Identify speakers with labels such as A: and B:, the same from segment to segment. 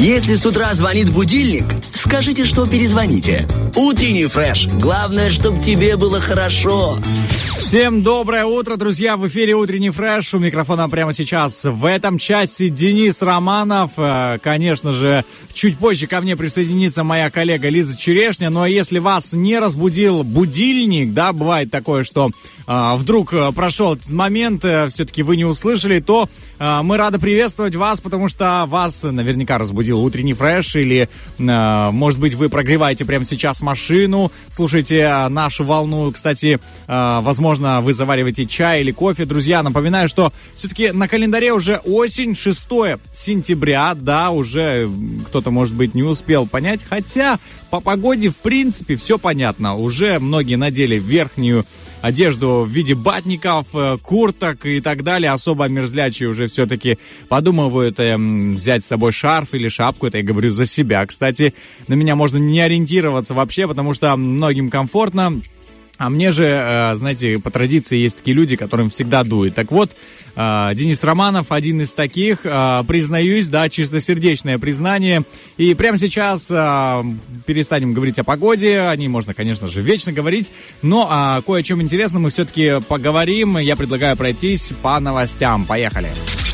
A: Если с утра звонит будильник, скажите, что перезвоните. Утренний фреш. Главное, чтобы тебе было хорошо.
B: Всем доброе утро, друзья! В эфире «Утренний фреш». У микрофона прямо сейчас в этом часе Денис Романов. Конечно же, чуть позже ко мне присоединится моя коллега Лиза Черешня. Ну а если вас не разбудил будильник, да, бывает такое, что вдруг прошел этот момент, все-таки вы не услышали, то мы рады приветствовать вас, потому что вас наверняка разбудил «Утренний фреш», или, может быть, вы прогреваете прямо сейчас машину, слушаете нашу волну. Кстати, возможно, вы завариваете чай или кофе. Друзья, напоминаю, что все-таки на календаре уже осень, 6 сентября, да, уже кто-то, может быть, не успел понять, хотя по погоде, в принципе, все понятно. Уже многие надели верхнюю одежду в виде батников, курток и так далее. Особо мерзлячие уже все-таки подумывают взять с собой шарф или шапку. Это я говорю за себя. Кстати, на меня можно не ориентироваться вообще, потому что многим комфортно. А мне же, знаете, по традиции есть такие люди, которым всегда дует. Так вот, Денис Романов один из таких, признаюсь, да, чистосердечное признание. И прямо сейчас перестанем говорить о погоде, о ней можно, конечно же, вечно говорить, но кое о чем интересном мы все-таки поговорим. Я предлагаю пройтись по новостям. Поехали.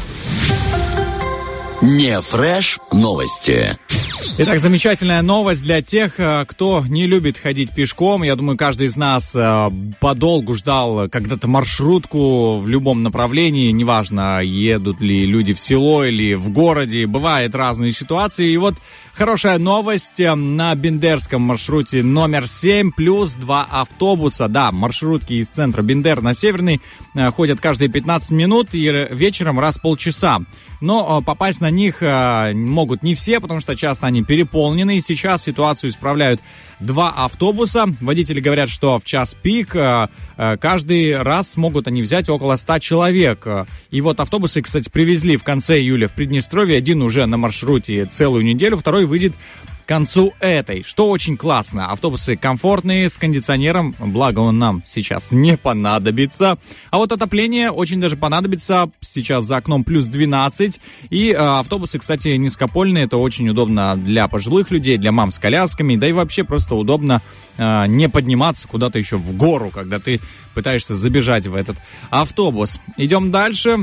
A: Не фреш новости.
B: Итак, замечательная новость для тех, кто не любит ходить пешком. Я думаю, каждый из нас подолгу ждал когда-то маршрутку в любом направлении. Неважно, едут ли люди в село или в городе. Бывают разные ситуации. И вот хорошая новость. На Бендерском маршруте номер 7 плюс 2 автобуса. Да, маршрутки из центра Бендер на Северный ходят каждые 15 минут и вечером раз в полчаса. Но попасть на них могут не все, потому что часто они переполнены. И сейчас ситуацию исправляют 2 автобуса. Водители говорят, что в час пик каждый раз могут они взять около 100 человек. И вот автобусы, кстати, привезли в конце июля в Приднестровье. Один уже на маршруте целую неделю, второй выйдет к концу этой, что очень классно. Автобусы комфортные, с кондиционером, благо он нам сейчас не понадобится. А вот отопление очень даже понадобится. Сейчас за окном плюс 12. И автобусы, кстати, низкопольные. Это очень удобно для пожилых людей, для мам с колясками. Да и вообще просто удобно не подниматься куда-то еще в гору, когда ты пытаешься забежать в этот автобус. Идем дальше.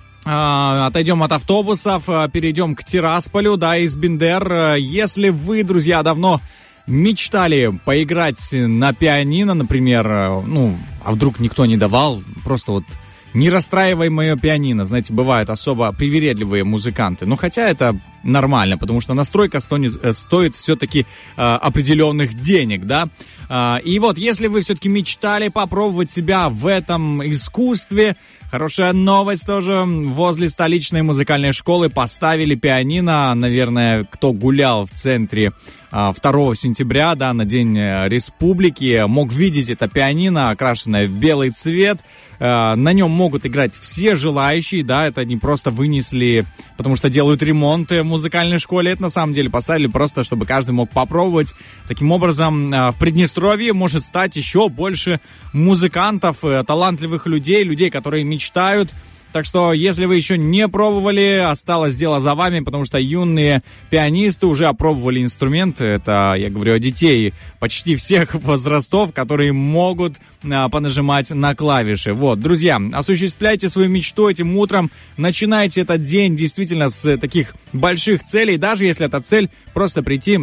B: Отойдем от автобусов, перейдем к Тирасполю, да, из Бендер. Если вы, друзья, давно мечтали поиграть на пианино, например, а вдруг никто не давал, просто вот не расстраивай мое пианино. Знаете, бывают особо привередливые музыканты. Но хотя это нормально, потому что настройка стоит все-таки определенных денег, да. И вот, если вы все-таки мечтали попробовать себя в этом искусстве, хорошая новость тоже. Возле столичной музыкальной школы поставили пианино. Наверное, кто гулял в центре 2 сентября, да, на День Республики, мог видеть это пианино, окрашенное в белый цвет. На нем могут играть все желающие, да, это не просто вынесли, потому что делают ремонт в музыкальной школе. Это на самом деле поставили просто, чтобы каждый мог попробовать. Таким образом, в Приднестровье может стать еще больше музыкантов, талантливых людей, которые мечтают. Так что, если вы еще не пробовали, осталось дело за вами, потому что юные пианисты уже опробовали инструмент. Это, я говорю о детей почти всех возрастов, которые могут понажимать на клавиши. Вот, друзья, осуществляйте свою мечту этим утром, начинайте этот день действительно с таких больших целей, даже если эта цель просто прийти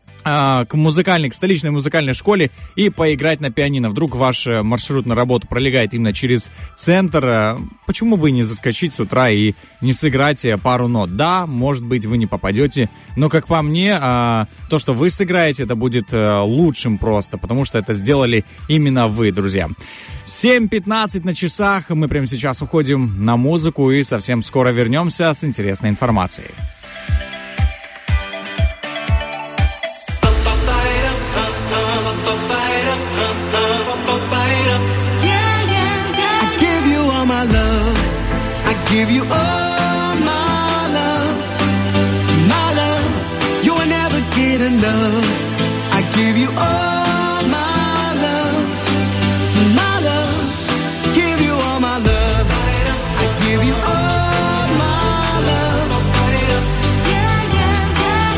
B: к столичной музыкальной школе и поиграть на пианино. Вдруг ваш маршрут на работу пролегает именно через центр. Почему бы и не заскочить с утра и не сыграть пару нот? Да, может быть, вы не попадете, но, как по мне, то, что вы сыграете, это будет лучшим просто, потому что это сделали именно вы, друзья. 7:15 на часах. Мы прямо сейчас уходим на музыку и совсем скоро вернемся с интересной информацией.
C: Give you all my love, you will never get enough. I give you all my love, give you all my love. I give you all my love,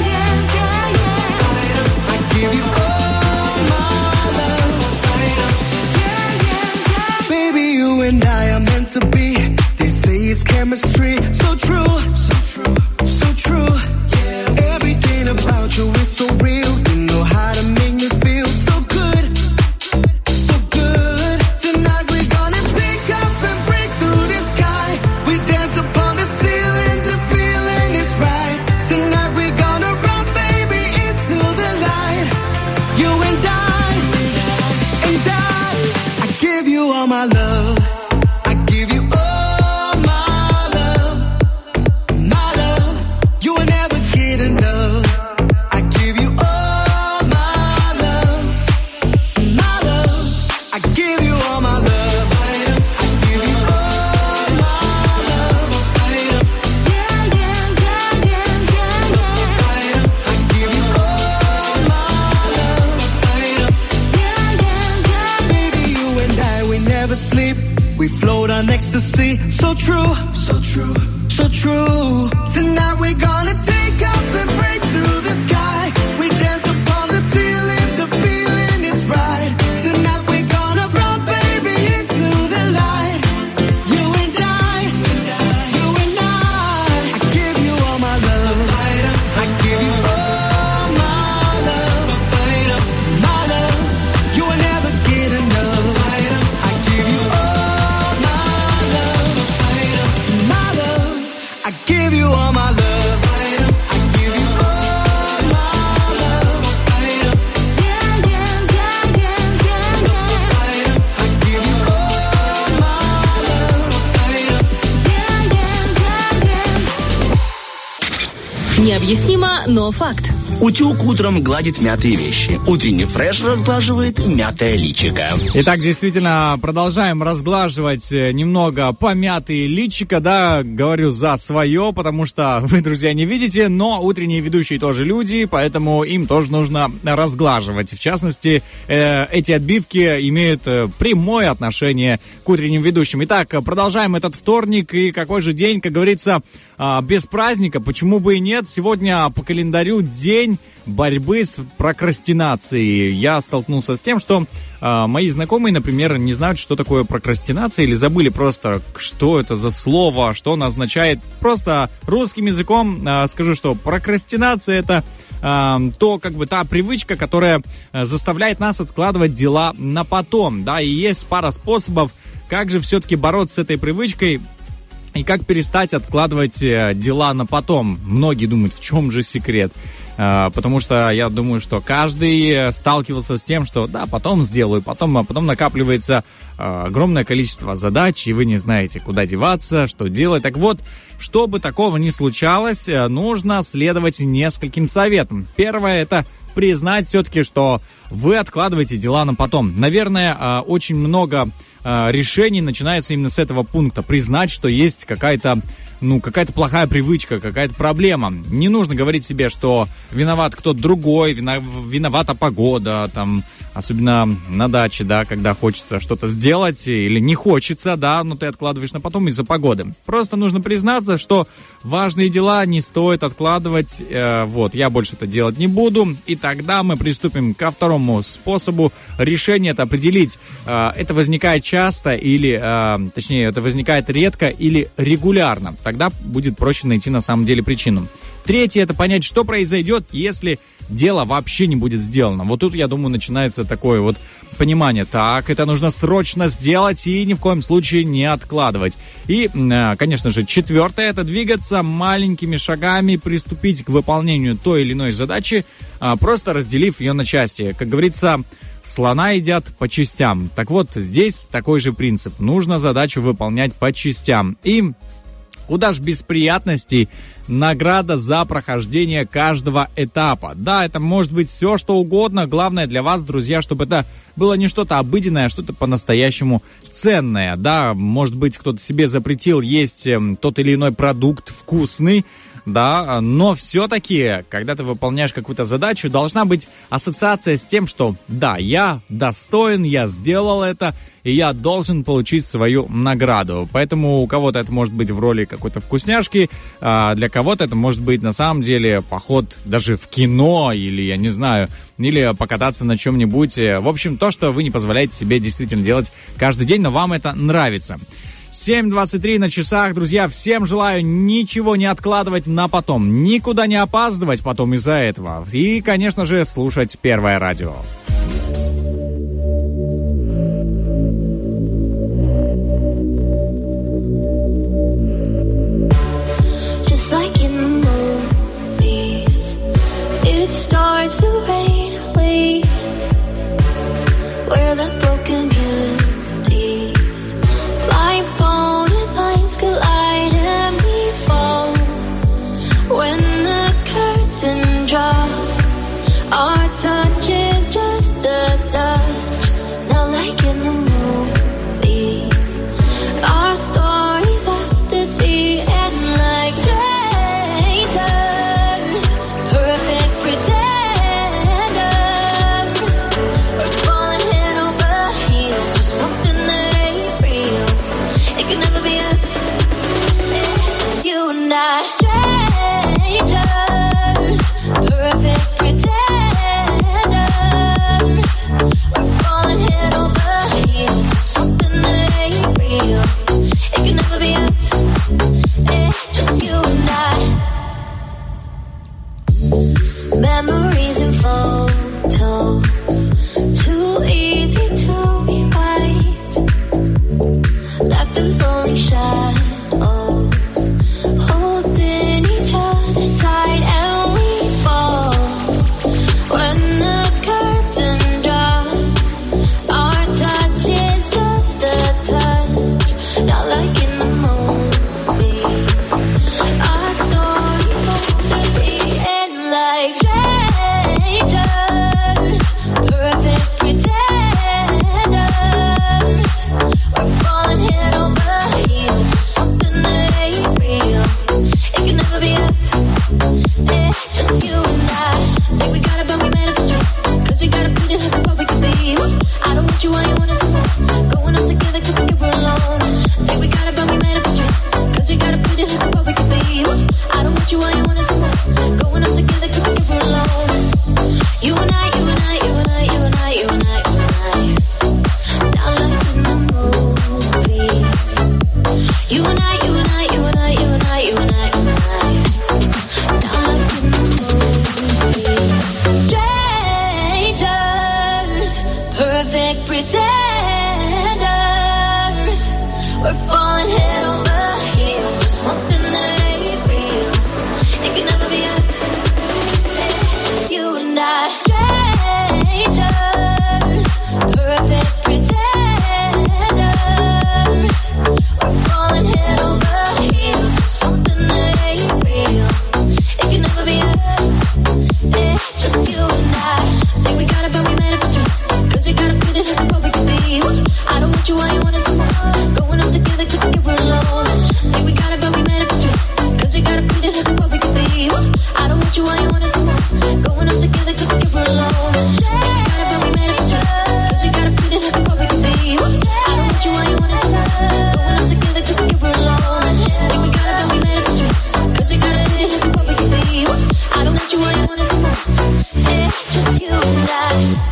C: on ecstasy. So true, so true, so true. Tonight we're gonna take off and break through the sky. We dance upon the ceiling, the feeling is right. Tonight we're gonna run, baby, into the light. You and I, you and I give you all my love. I give you all my love, my love. You will never get enough. I give you all my love, my love. I give you all my love.
D: Необъяснимо, но факт.
A: Утюг утром гладит мятые вещи. Утренний фреш разглаживает мятое личико.
B: Итак, действительно, продолжаем разглаживать немного помятые личико, да, говорю за свое, потому что вы, друзья, не видите, но утренние ведущие тоже люди, поэтому им тоже нужно разглаживать. В частности, эти отбивки имеют прямое отношение к утренним ведущим. Итак, продолжаем этот вторник, и какой же день, как говорится, без праздника, почему бы и нет. Сегодня по календарю день борьбы с прокрастинацией. Я столкнулся с тем, что мои знакомые, например, не знают, что такое прокрастинация, или забыли просто, что это за слово, что оно означает. Просто русским языком скажу, что прокрастинация — это то, как бы, та привычка, которая заставляет нас откладывать дела на потом. Да, и есть пара способов, как же все-таки бороться с этой привычкой и как перестать откладывать дела на потом. Многие думают, в чем же секрет? Потому что я думаю, что каждый сталкивался с тем, что да, потом сделаю, потом накапливается огромное количество задач, и вы не знаете, куда деваться, что делать. Так вот, чтобы такого не случалось, нужно следовать нескольким советам. Первое — это признать все-таки, что вы откладываете дела на потом. Наверное, очень много решений начинается именно с этого пункта. Признать, что есть какая-то плохая привычка, какая-то проблема. Не нужно говорить себе, что виноват кто-то другой, виновата погода, там, особенно на даче, да, когда хочется что-то сделать или не хочется, да, но ты откладываешь на потом из-за погоды. Просто нужно признаться, что важные дела не стоит откладывать. Я больше это делать не буду. И тогда мы приступим ко второму способу решения. Это определить, это возникает часто или, это возникает редко или регулярно. Тогда будет проще найти на самом деле причину. Третье — это понять, что произойдет, если дело вообще не будет сделано. Вот тут, я думаю, начинается такое вот понимание. Так, это нужно срочно сделать и ни в коем случае не откладывать. И, конечно же, четвертое — это двигаться маленькими шагами, приступить к выполнению той или иной задачи, просто разделив ее на части. Как говорится, слона едят по частям. Так вот, здесь такой же принцип. Нужно задачу выполнять по частям. И куда ж без приятностей награда за прохождение каждого этапа. Да, это может быть все, что угодно. Главное для вас, друзья, чтобы это было не что-то обыденное, а что-то по-настоящему ценное. Да, может быть, кто-то себе запретил есть тот или иной продукт вкусный, да, но все-таки, когда ты выполняешь какую-то задачу, должна быть ассоциация с тем, что да, я достоин, я сделал это, и я должен получить свою награду. Поэтому у кого-то это может быть в роли какой-то вкусняшки, а для кого-то это может быть на самом деле поход даже в кино, или, я не знаю, или покататься на чем-нибудь. В общем, то, что вы не позволяете себе действительно делать каждый день, но вам это нравится. 7:23 на часах, друзья. Всем желаю ничего не откладывать на потом, никуда не опаздывать потом из-за этого. И, конечно же, слушать Первое радио.
E: Our touch is just
D: Memories and photos, too easy to rewrite. Left with only shadows, holding each other tight, and we fall when the curtain drops. Our touch is just a touch, not like in the movies. Our stories have to end like strangers, perfect pretenders. We're falling head over heels for something that ain't real. It can never be us, just you and I. Think we got it, but we made it a dream. 'Cause we gotta beat it up before we can be. I don't want you, I want us more. Going up together, cause we never alone. Think we got it, but we made it a dream. 'Cause we gotta beat it up before we can be. I don't want you, I want us more. Going up together, cause we never alone. You and I, you and I, you and I, you and I, you and I, you and I. Down like in the movies. You and I, you and I, you and I, you and I, you and I, you and I. Down like in the movies. Strangers, perfect pretenders. We're falling head over heels for something that ain't real. It can never be us. It's you and I. Strangers, perfect pretenders. We're falling head over heels for something that ain't real. It can never be us. Just you and I. Think we got it, but we made it a dream. 'Cause we gotta put it up before we can be. I don't want you, I want us more. Going up together, cause we never alone. Think we got it, but we made it a dream. 'Cause we gotta put it up before we can be. I don't want you, I want us more. Going up together, cause we never alone. Think we got it, but we made it a dream. 'Cause we gotta put it up before we can be. I don't want you, I want us more. Going up together, cause we never alone. Think we got it, but we made it a dream. 'Cause we gotta put it up before we can be. I don't want you, I want us more. Just you and I.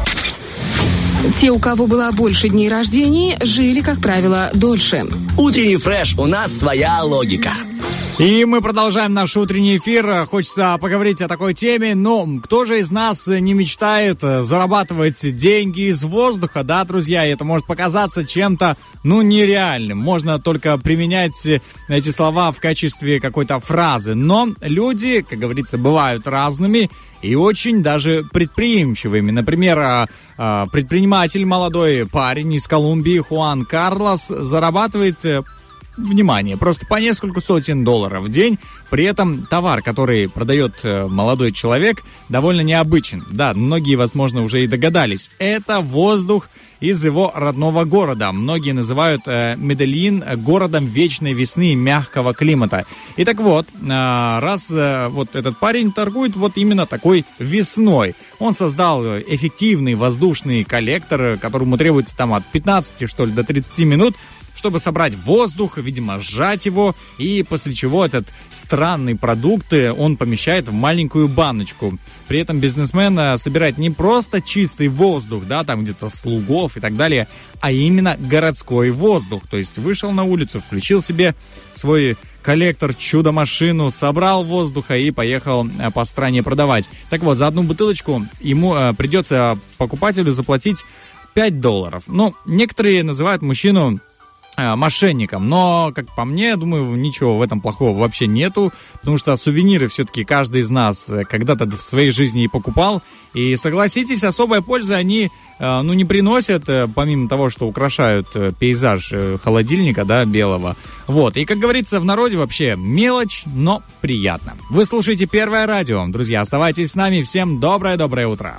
E: Те, у кого было больше дней рождений, жили, как правило, дольше.
A: Утренний фреш, у нас своя логика.
B: И мы продолжаем наш утренний эфир. Хочется поговорить о такой теме. Но кто же из нас не мечтает зарабатывать деньги из воздуха, да, друзья? И это может показаться чем-то, нереальным. Можно только применять эти слова в качестве какой-то фразы. Но люди, как говорится, бывают разными и очень даже предприимчивыми. Например, предприниматель, молодой парень из Колумбии, Хуан Карлос, зарабатывает... Внимание, просто по несколько сотен долларов в день. При этом товар, который продает молодой человек, довольно необычен. Да, многие, возможно, уже и догадались. Это воздух из его родного города. Многие называют Медельин городом вечной весны и мягкого климата. И так вот, раз вот этот парень торгует вот именно такой весной. Он создал эффективный воздушный коллектор, которому требуется там от 15, что ли, до 30 минут, чтобы собрать воздух, видимо, сжать его, и после чего этот странный продукт он помещает в маленькую баночку. При этом бизнесмен собирает не просто чистый воздух, да, там где-то с лугов и так далее, а именно городской воздух. То есть вышел на улицу, включил себе свой коллектор, чудо-машину, собрал воздуха и поехал по стране продавать. Так вот, за одну бутылочку ему придется покупателю заплатить $5. Ну, некоторые называют мужчину мошенником, но, как по мне, думаю, ничего в этом плохого вообще нету, потому что сувениры все-таки каждый из нас когда-то в своей жизни и покупал, и, согласитесь, особой пользы они, не приносят, помимо того, что украшают пейзаж холодильника, да, белого. Вот, и, как говорится, в народе вообще мелочь, но приятно. Вы слушаете Первое радио. Друзья, оставайтесь с нами. Всем доброе-доброе утро.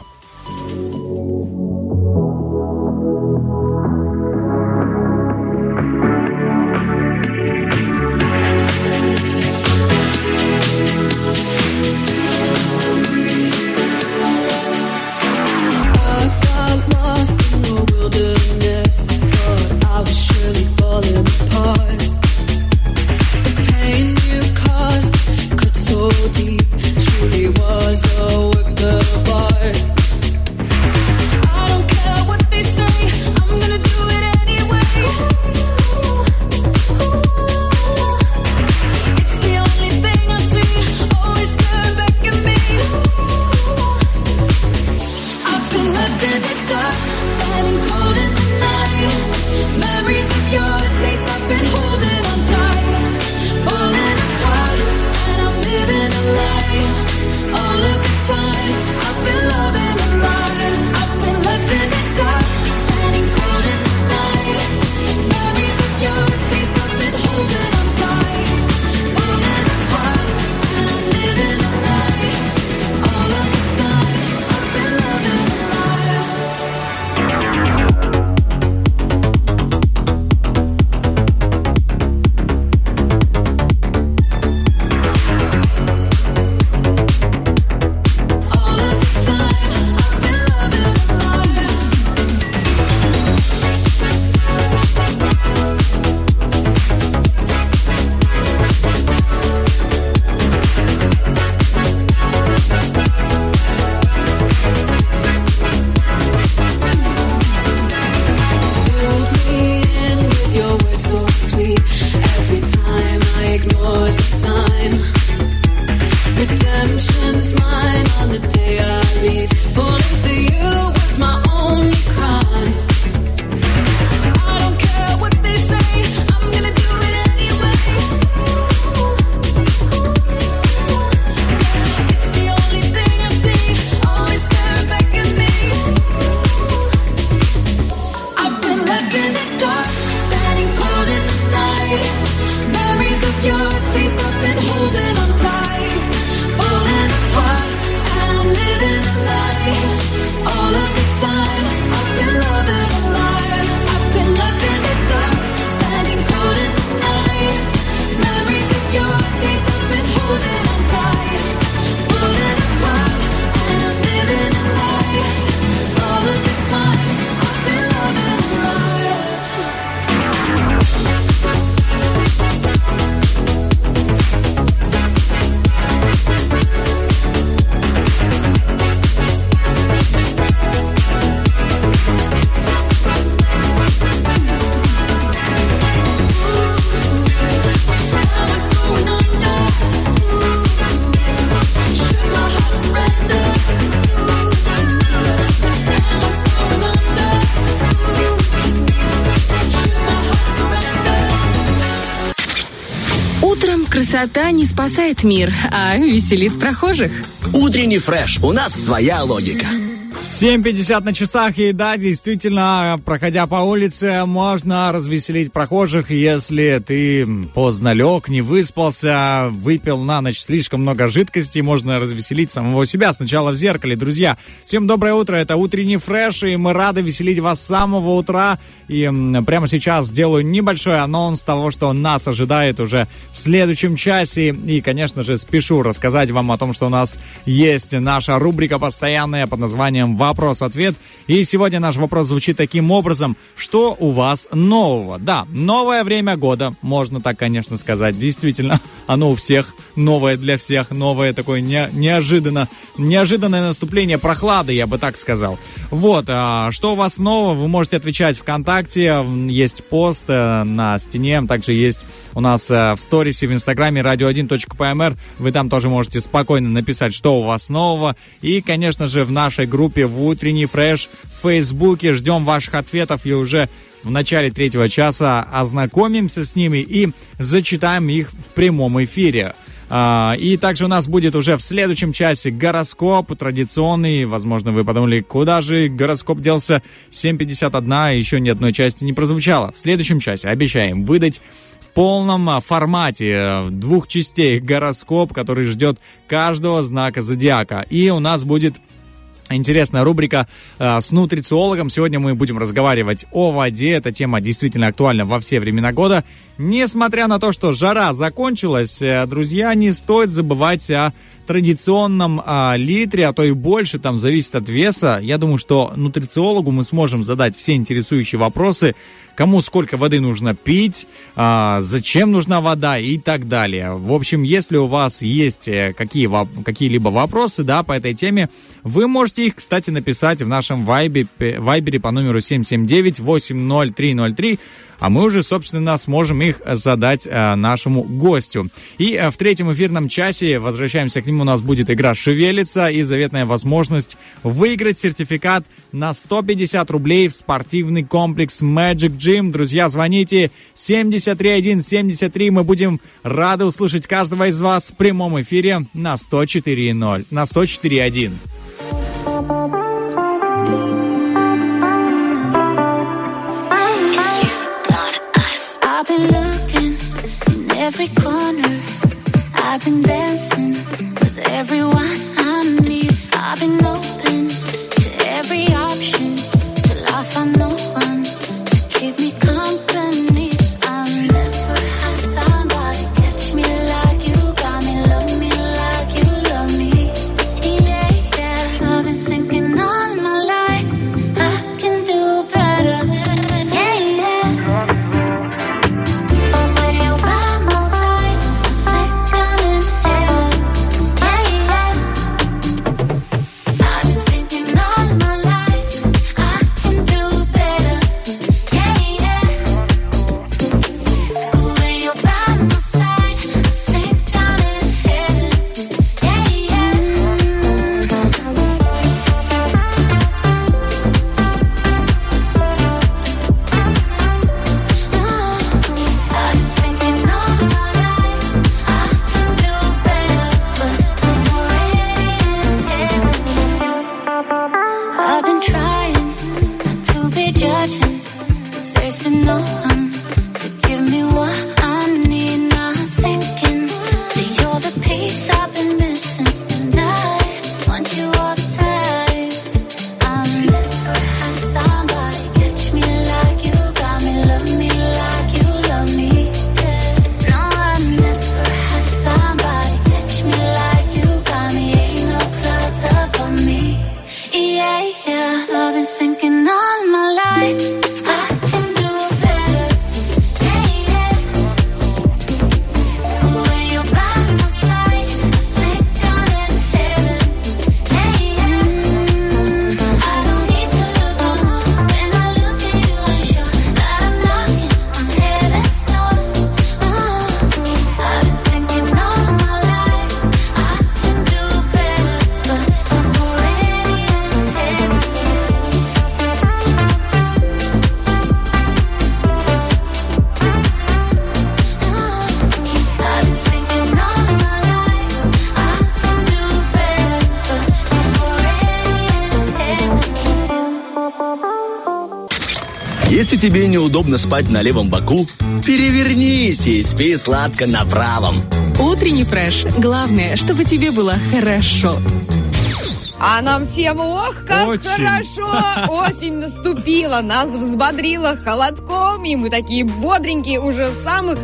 E: Красота не спасает мир, а веселит прохожих.
A: Утренний фреш. У нас своя логика.
B: 7:50 на часах, и да, действительно, проходя по улице, можно развеселить прохожих, если ты поздно лег, не выспался, выпил на ночь слишком много жидкости, можно развеселить самого себя сначала в зеркале. Друзья, всем доброе утро, это утренний фреш, и мы рады веселить вас с самого утра, и прямо сейчас сделаю небольшой анонс того, что нас ожидает уже в следующем часе, и, конечно же, спешу рассказать вам о том, что у нас есть наша рубрика постоянная под названием «Вопрос-ответ». И сегодня наш вопрос звучит таким образом: что у вас нового? Да, новое время года, можно так, конечно, сказать. Действительно, оно у всех новое, для всех новое, такое неожиданное наступление прохлады, я бы так сказал. Вот, что у вас нового? Вы можете отвечать ВКонтакте, есть пост на стене, также есть у нас в сторисе в Инстаграме radio1.pmr. Вы там тоже можете спокойно написать, что у вас нового. И, конечно же, в нашей группе в утренний фреш в Фейсбуке ждем ваших ответов, и уже в начале третьего часа ознакомимся с ними и зачитаем их в прямом эфире. И также у нас будет уже в следующем часе гороскоп традиционный. Возможно, вы подумали, куда же гороскоп делся? 7:51, еще ни одной части не прозвучало. В следующем часе обещаем выдать в полном формате 2 частей гороскоп, который ждет каждого знака зодиака. И у нас будет интересная рубрика с нутрициологом. Сегодня мы будем разговаривать о воде. Эта тема действительно актуальна во все времена года. Несмотря на то, что жара закончилась, друзья, не стоит забывать о традиционном литре, а то и больше, там зависит от веса. Я думаю, что нутрициологу мы сможем задать все интересующие вопросы, кому сколько воды нужно пить, зачем нужна вода и так далее. В общем, если у вас есть какие-либо вопросы, да, по этой теме, вы можете их, кстати, написать в нашем вайбере по номеру 779-80303, а мы уже, собственно, сможем их задать нашему гостю. И в третьем эфирном часе, возвращаемся к нему, у нас будет игра «Шевелится» и заветная возможность выиграть сертификат на 150 рублей в спортивный комплекс Magic Gym. Друзья, звоните 73173. Мы будем рады услышать каждого из вас в прямом эфире на 104.0, на 104.1.
D: I've been looking in every corner. I've been dancing with everyone I meet. I've been open to every option. Still I found no one to keep me company. I'm desperate for somebody catch me like you got me, love me like you love me. Yeah, yeah. I've been thinking all my life I can do better. Yeah, yeah. I've been thinking all my life
A: Если тебе неудобно спать на левом боку, перевернись и спи сладко на правом.
E: Утренний фреш. Главное, чтобы тебе было хорошо.
F: А нам всем, как
B: Очень.
F: хорошо! Осень наступила, нас взбодрила холодком, и мы такие бодренькие уже с самых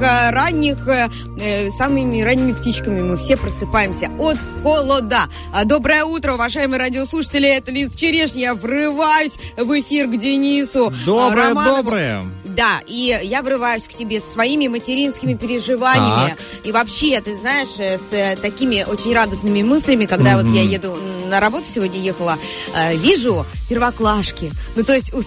F: самыми ранними птичками мы все просыпаемся от холода. Доброе утро, уважаемые радиослушатели, это Лиз Черешня, я врываюсь в эфир к Денису Романову.
B: Доброе.
F: Да, и я врываюсь к тебе со своими материнскими переживаниями.
B: Так.
F: И вообще, ты знаешь, с такими очень радостными мыслями, когда вот я еду на работу, сегодня ехала, вижу первоклашки. Ну, то есть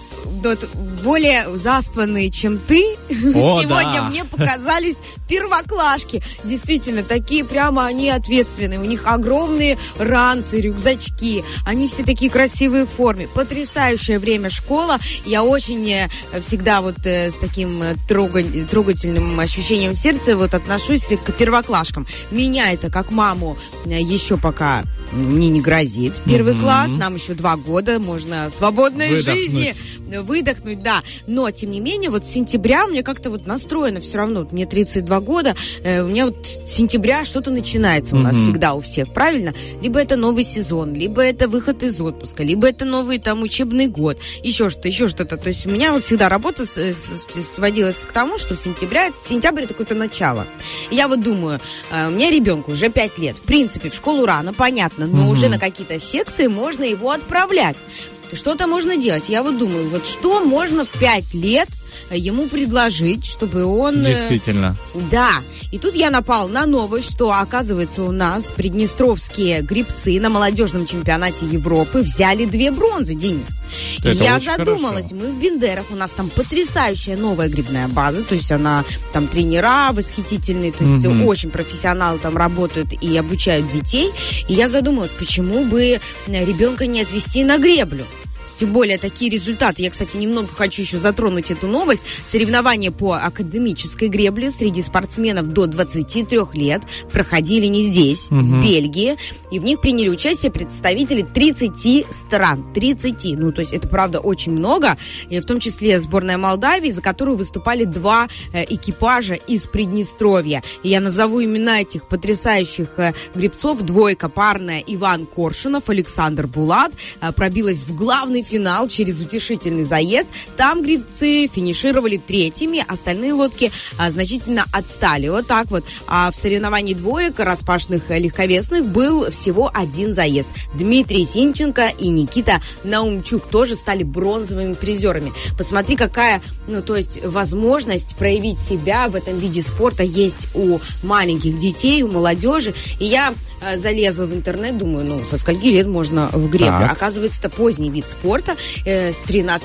F: более заспанные, чем ты. Сегодня
B: да.
F: мне показались первоклашки. Действительно, такие прямо они ответственные. У них огромные ранцы, рюкзачки. Они все такие красивые в форме. Потрясающее время школа. Я очень всегда вот с таким трогательным ощущением сердца вот отношусь к первоклашкам. Меня это, как маму, еще пока мне не грозит первый класс. Нам еще 2 года, можно свободной жизни выдохнуть, да. Но, тем не менее, вот с сентября у меня как-то вот настроено все равно. Вот мне 32 года, у меня вот с сентября что-то начинается у нас всегда у всех, правильно? Либо это новый сезон, либо это выход из отпуска, либо это новый там учебный год, еще что-то. То есть у меня вот всегда работа сводилась к тому, что сентябрь это какое-то начало. И я вот думаю, у меня ребенку уже 5 лет, в принципе, в школу рано, понятно, но уже на какие-то секции можно его отправлять. Что-то можно делать. Я вот думаю, вот что можно в 5 лет ему предложить, чтобы он...
B: Действительно.
F: Да. И тут я напал на новость, что, оказывается, у нас приднестровские гребцы на молодежном чемпионате Европы взяли 2 бронзы, Денис. И я задумалась, мы в Бендерах, у нас там потрясающая новая гребная база, то есть она, там тренера восхитительные, то есть очень профессионалы там работают и обучают детей. И я задумалась, почему бы ребенка не отвезти на греблю? Тем более такие результаты. Я, кстати, немного хочу еще затронуть эту новость. Соревнования по академической гребле среди спортсменов до 23 лет проходили не здесь, в Бельгии. И в них приняли участие представители 30 стран. 30. Ну, то есть это, правда, очень много. И в том числе сборная Молдавии, за которую выступали 2 экипажа из Приднестровья. И я назову имена этих потрясающих гребцов. Двойка парная Иван Коршунов, Александр Булат пробилась в главный финал через утешительный заезд. Там гребцы финишировали 3-ми, остальные лодки значительно отстали. Вот так вот. А в соревновании двоек распашных легковесных был всего 1 заезд. Дмитрий Симченко и Никита Наумчук тоже стали бронзовыми призерами. Посмотри, какая, то есть возможность проявить себя в этом виде спорта есть у маленьких детей, у молодежи. И я залезла в интернет, думаю, со скольки лет можно в греблю? Так. Оказывается, это поздний вид спорта. С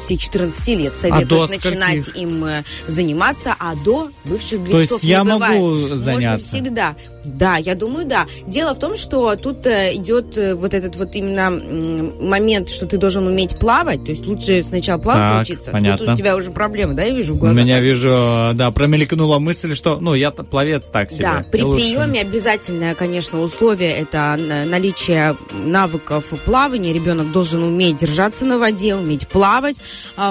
F: 13-14 лет советуют начинать им заниматься, а до бывших гребцов
B: то есть я
F: не бывает.
B: Могу заняться?
F: Можно всегда. Да, я думаю, да. Дело в том, что тут идет вот этот вот именно момент, что ты должен уметь плавать, то есть лучше сначала плавать учиться.
B: Понятно.
F: Тут у тебя уже проблемы, да, я вижу в глазах?
B: У меня вижу, промелькнула мысль, что, я пловец так себе.
F: Да, при приеме обязательное, конечно, условие – это наличие навыков плавания. Ребенок должен уметь держаться на воде, уметь плавать,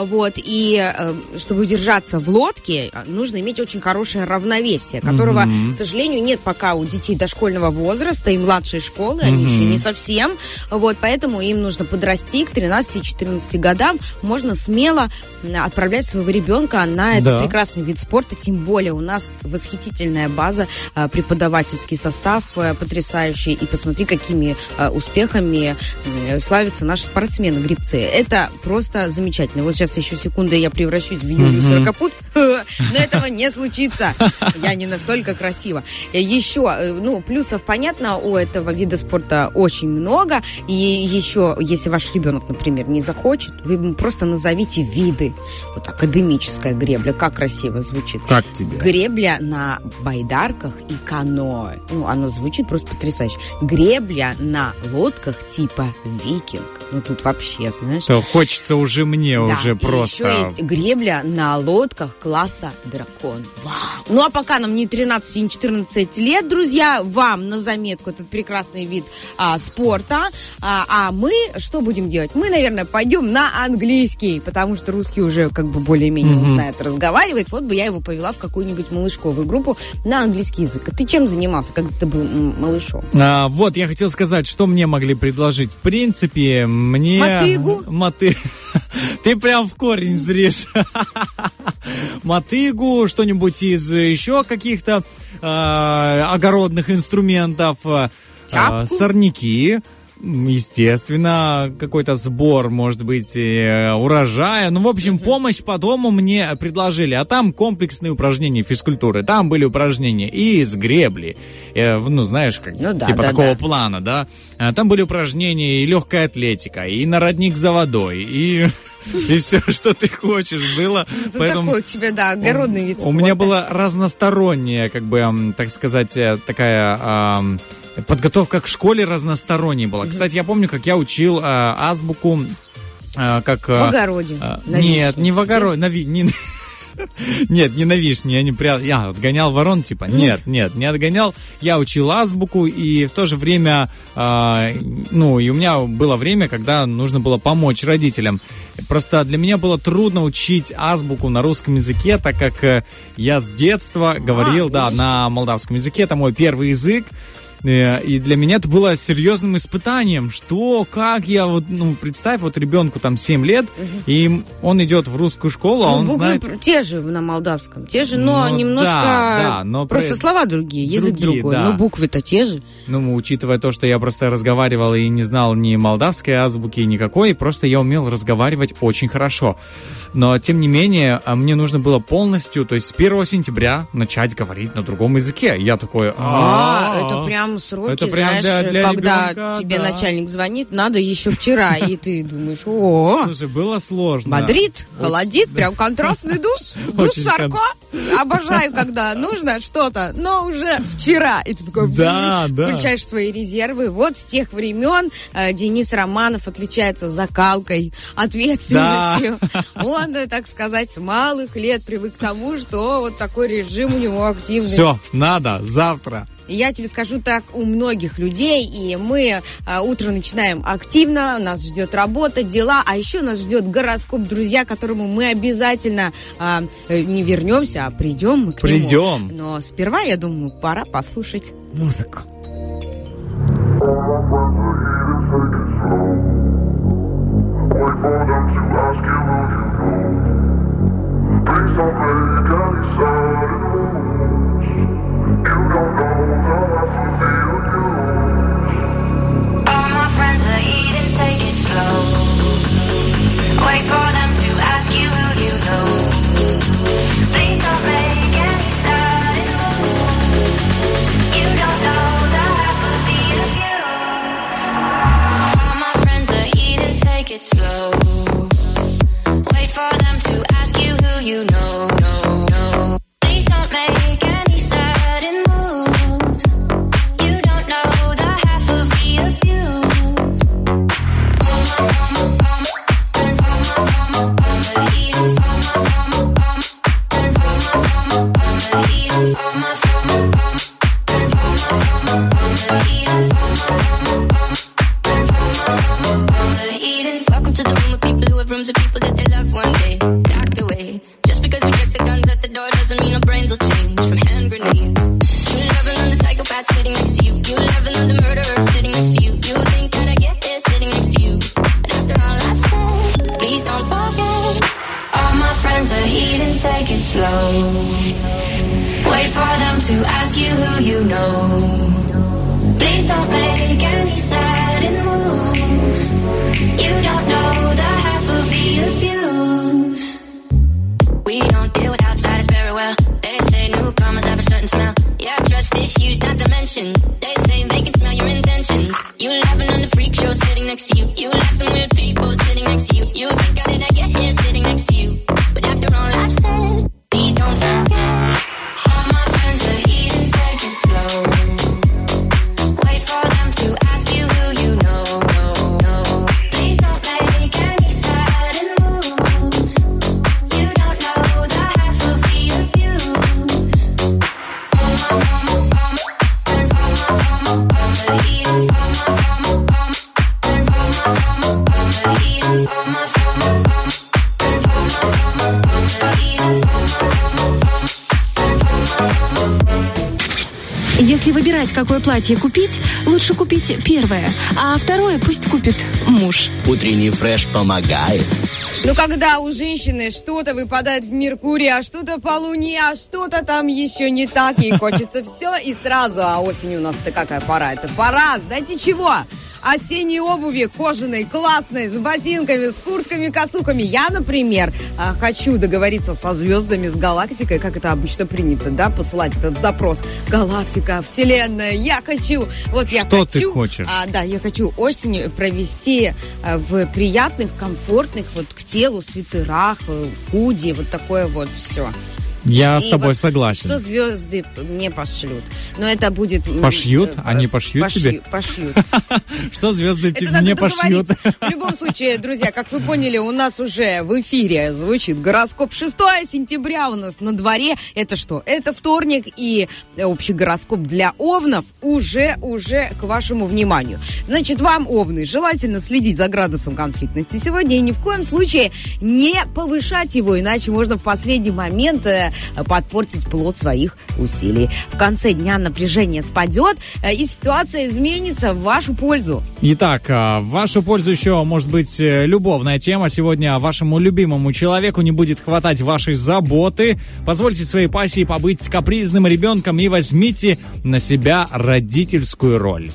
F: и чтобы удержаться в лодке, нужно иметь очень хорошее равновесие, которого, к сожалению, нет пока у детей дошкольного возраста и младшей школы, они еще не совсем, поэтому им нужно подрасти к 13-14 годам, можно смело отправлять своего ребенка на этот прекрасный вид спорта, тем более у нас восхитительная база, преподавательский состав потрясающий, и посмотри, какими успехами славятся наши спортсмены-гребцы. Это просто замечательно. Вот сейчас еще секунда, я превращусь в Юлию Сорокопут, но этого не случится. Я не настолько красива. Еще, плюсов, понятно, у этого вида спорта очень много. И еще, если ваш ребенок, например, не захочет, вы ему просто назовите виды. Вот академическая гребля, как красиво звучит.
B: Как тебе?
F: Гребля на байдарках и каноэ. Оно звучит просто потрясающе. Гребля на лодках типа викинг. Тут вообще, знаешь.
B: Хочется уже мне уже просто.
F: Еще есть гребля на лодках класса Лиса, дракон. Вау! Ну, а пока нам не 13 и не 14 лет, друзья, вам на заметку этот прекрасный вид спорта. А мы что будем делать? Мы, наверное, пойдем на английский, потому что русский уже как бы более-менее знает разговаривать. Вот бы я его повела в какую-нибудь малышковую группу на английский язык. А ты чем занимался, когда ты был малышом?
B: Вот, я хотел сказать, что мне могли предложить. В принципе, мне...
F: Мотыгу?
B: Ты прям в корень зришь. Мотыгу, что-нибудь из еще каких-то огородных инструментов.
F: Тяпку?
B: Сорняки. Естественно, какой-то сбор, может быть, урожая. Ну, в общем, помощь по дому мне предложили. А там комплексные упражнения физкультуры. Там были упражнения и из гребли. Ну, знаешь, как, такого плана, да. Там были упражнения и легкая атлетика, и народник за водой, и все, что ты хочешь, было.
F: Поэтому такой у тебя, да, огородный вид спорта.
B: У меня была разносторонняя, как бы, так сказать, такая... подготовка к школе разносторонней была. Кстати, я помню, как я учил азбуку как...
F: В огороде.
B: Нет, не в огороде. Нет, не на вишне, я отгонял ворон, типа. Нет, не отгонял. Я учил азбуку, и в то же время, и у меня было время, когда нужно было помочь родителям. Просто для меня было трудно учить азбуку на русском языке, так как я с детства говорил, на молдавском языке, это мой первый язык. И для меня это было серьезным испытанием. Что, как я, представь, ребенку там 7 лет, и он идет в русскую школу, а он знает...
F: Те же на молдавском, те же, но немножко... но просто слова другие, язык другой, но буквы-то те же.
B: Учитывая то, что я просто разговаривал и не знал ни молдавской азбуки, никакой, просто я умел разговаривать очень хорошо. Но, тем не менее, мне нужно было полностью, то есть с 1 сентября начать говорить на другом языке. Я такой...
F: Это прям сроки, это прям знаешь,
B: для
F: когда
B: ребенка,
F: тебе начальник звонит, надо еще вчера, и ты думаешь,
B: Слушай, было сложно.
F: Бодрит, холодит, прям контрастный душ Сарко. Обожаю, когда нужно что-то, но уже вчера. И ты такой включаешь свои резервы. Вот с тех времен Денис Романов отличается закалкой, ответственностью. Он, так сказать, с малых лет привык к тому, что вот такой режим у него активный.
B: Все, надо, завтра.
F: Я тебе скажу так, у многих людей, и мы утро начинаем активно, нас ждет работа, дела, а еще нас ждет гороскоп, друзья, к которому мы обязательно не вернемся, а придем к нему. Но сперва, я думаю, пора послушать музыку.
D: Wait for them to ask you who you know. Please don't make any sudden moves. You don't know the half of the abuse. All my friends are heathens, take it slow. Wait for them to ask you who you know. Please don't make any sudden moves. You don't know the half of the abuse. All my welcome to the room of people who have rooms of people that they love one day docked away. Just because we check the guns at the door doesn't mean our brains will change from hand grenades. You never know the psychopath sitting next to you. You never know the murderer sitting next to you. You think that I get this sitting next to you, but after all I've said, please don't forget. All my friends are heathens, take it slow. Wait for them to ask you who you know. Please don't make any sudden moves. You don't know the half of the abuse. We don't deal with outsiders very well. They say newcomers have a certain smell. Yeah, trust issues not to mention. They say they can smell your intentions. You laughing on the freak show sitting next to you. You laugh some weird people sitting next to you. You think how did I get here sitting next to you? But after all I've said, please don't forget. All my friends are heathens, take it slow. Wait for them to ask you who you know. Please don't make any sudden moves. You don't know the half of the
E: выбирать, какое платье купить, лучше купить первое, а второе пусть купит муж.
A: Утренний фреш помогает.
F: Ну, когда у женщины что-то выпадает в Меркурий, а что-то по Луне, а что-то там еще не так, ей хочется все и сразу. А осень у нас-то какая пора? Это пора, знаете чего? Осенней обуви, кожаной, классной, с ботинками, с куртками, косухами. Я, например, хочу договориться со звездами, с галактикой, как это обычно принято, да, посылать этот запрос. Галактика, вселенная, я хочу. Вот я
B: Что
F: хочу.
B: ты хочешь?
F: Да, я хочу осень провести в приятных, комфортных, вот к телу свитерах, в худи, вот такое вот все.
B: Я
F: И
B: с тобой
F: вот
B: согласен.
F: Что звезды мне пошлют? Но это будет...
B: Пошьют? Они пошьют тебе?
F: Пошьют.
B: Что звезды
F: Это
B: тебе
F: надо
B: не пошьют?
F: договориться. В любом случае, друзья, как вы поняли, у нас уже в эфире звучит гороскоп. 6 сентября у нас на дворе. Это что? Это вторник, и общий гороскоп для овнов уже к вашему вниманию. Значит, вам, овны, желательно следить за градусом конфликтности сегодня и ни в коем случае не повышать его, иначе можно в последний момент подпортить плод своих усилий. В конце дня напряжение спадет, и ситуация изменится в вашу пользу.
B: Итак, в вашу пользу еще может быть любовная тема. Сегодня вашему любимому человеку не будет хватать вашей заботы. Позвольте своей пассии побыть капризным ребенком и возьмите на себя родительскую роль.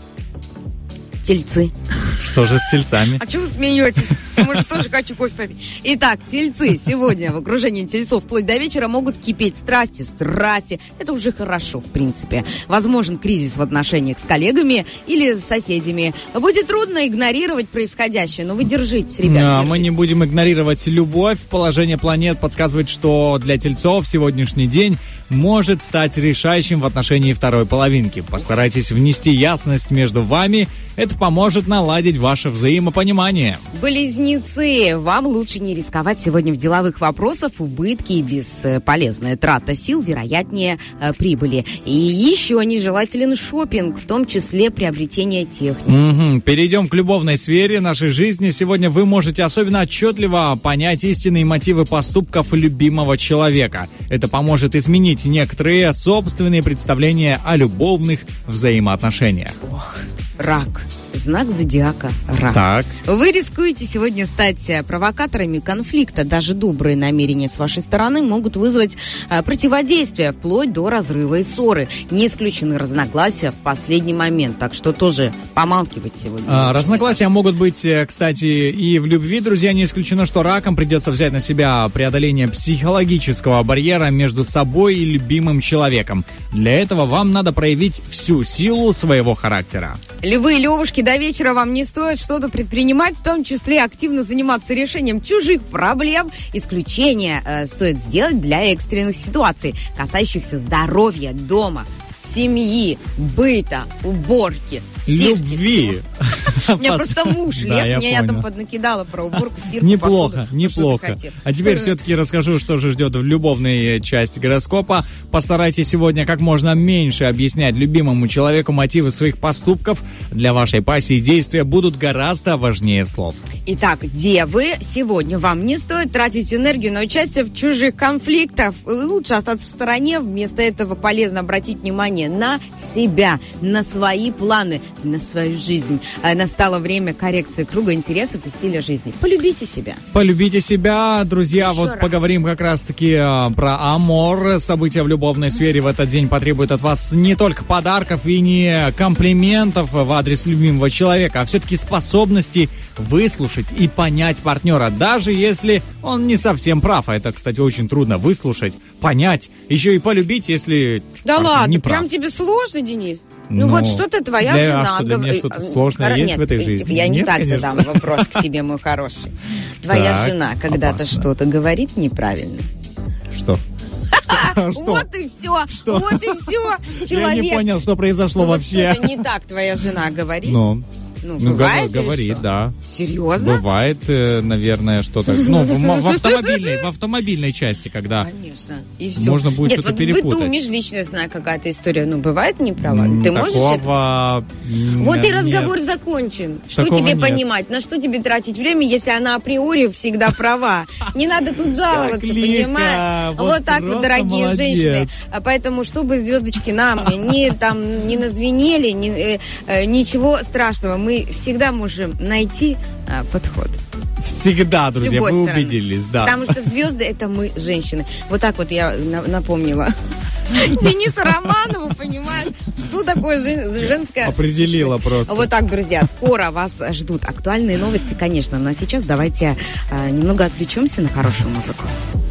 F: Тельцы.
B: Что же с тельцами?
F: А чего вы смеетесь? Я, может, тоже хочу кофе попить. Итак, тельцы. Сегодня в окружении тельцов вплоть до вечера могут кипеть страсти. Это уже хорошо, в принципе. Возможен кризис в отношениях с коллегами или с соседями. Будет трудно игнорировать происходящее, но вы держитесь, ребята,
B: Мы не будем игнорировать любовь. Положение планет подсказывает, что для тельцов сегодняшний день может стать решающим в отношении второй половинки. Постарайтесь внести ясность между вами. Это поможет наладить ваше взаимопонимание.
F: Близнецы, вам лучше не рисковать сегодня в деловых вопросах. Убытки и бесполезная трата сил вероятнее прибыли. И еще нежелателен шопинг, в том числе приобретение техники.
B: Перейдем к любовной сфере нашей жизни. Сегодня вы можете особенно отчетливо понять истинные мотивы поступков любимого человека. Это поможет изменить некоторые собственные представления о любовных взаимоотношениях.
F: Рак. Знак зодиака рак.
B: Так.
F: Вы рискуете сегодня стать провокаторами конфликта. Даже добрые намерения с вашей стороны могут вызвать противодействие, вплоть до разрыва и ссоры. Не исключены разногласия в последний момент, так что тоже помалкивать сегодня.
B: Разногласия могут быть, кстати, и в любви, друзья. Не исключено, что ракам придется взять на себя преодоление психологического барьера между собой и любимым человеком. Для этого вам надо проявить всю силу своего характера.
F: Львы, левушки, до вечера вам не стоит что-то предпринимать, в том числе активно заниматься решением чужих проблем. Исключение стоит сделать для экстренных ситуаций, касающихся здоровья, дома, семьи, быта, уборки, стирки.
B: Любви.
F: У меня просто муж лев, я там поднакидала про уборку, стирку,
B: неплохо,
F: посуду.
B: Неплохо. А теперь все-таки расскажу, что же ждет в любовной части гороскопа. Постарайтесь сегодня как можно меньше объяснять любимому человеку мотивы своих поступков. Для вашей пассии действия будут гораздо важнее слов.
F: Итак, девы, сегодня вам не стоит тратить энергию на участие в чужих конфликтах. Лучше остаться в стороне. Вместо этого полезно обратить внимание на себя, на свои планы, на свою жизнь. Настало время коррекции круга интересов и стиля жизни. Полюбите себя.
B: Полюбите себя, друзья.
F: Еще
B: вот
F: раз.
B: поговорим как раз-таки про амор. События в любовной сфере в этот день потребуют от вас не только подарков и не комплиментов в адрес любимого человека, а все-таки способности выслушать и понять партнера, даже если он не совсем прав. А это, кстати, очень трудно выслушать, понять, еще и полюбить, если
F: Да
B: партнер
F: ладно,
B: не прав.
F: прям тебе сложно, Денис? Ну
B: Ну,
F: вот что-то твоя
B: для-
F: жена...
B: что, для меня что-то сложное есть
F: Нет,
B: в этой жизни?
F: Я не
B: Нет,
F: так
B: конечно.
F: задам вопрос к тебе, мой хороший. Твоя
B: Так,
F: жена когда-то
B: опасно.
F: что-то говорит неправильно.
B: Что? Что?
F: Вот и все, вот и все.
B: Я
F: Человек.
B: не понял, что произошло
F: Ну вот
B: вообще.
F: что-то не так твоя жена говорит.
B: Ну,
F: бывает
B: говорит, да.
F: Серьезно?
B: Бывает, наверное, что-то. В автомобильной части, когда
F: Конечно. И все.
B: Можно будет что-то перепутать.
F: Нет, вот быту межличностная какая-то история, бывает не права? Ты можешь...
B: Такого...
F: Вот и разговор закончен. Что
B: Такого
F: тебе
B: нет.
F: понимать? На что тебе тратить время, если она априори всегда права? Не надо тут жаловаться, понимаешь? Вот так вот, дорогие женщины. Поэтому, чтобы звездочки нам не назвенели, ничего страшного. Мы всегда можем найти подход.
B: Всегда, друзья, вы
F: стороны.
B: убедились, да.
F: Потому что звезды — это мы, женщины. Вот так вот я напомнила Денису Романову, понимаешь, что такое женское...
B: Определила просто.
F: Вот так, друзья, скоро вас ждут актуальные новости, конечно. Но сейчас давайте немного отвлечемся на хорошую музыку.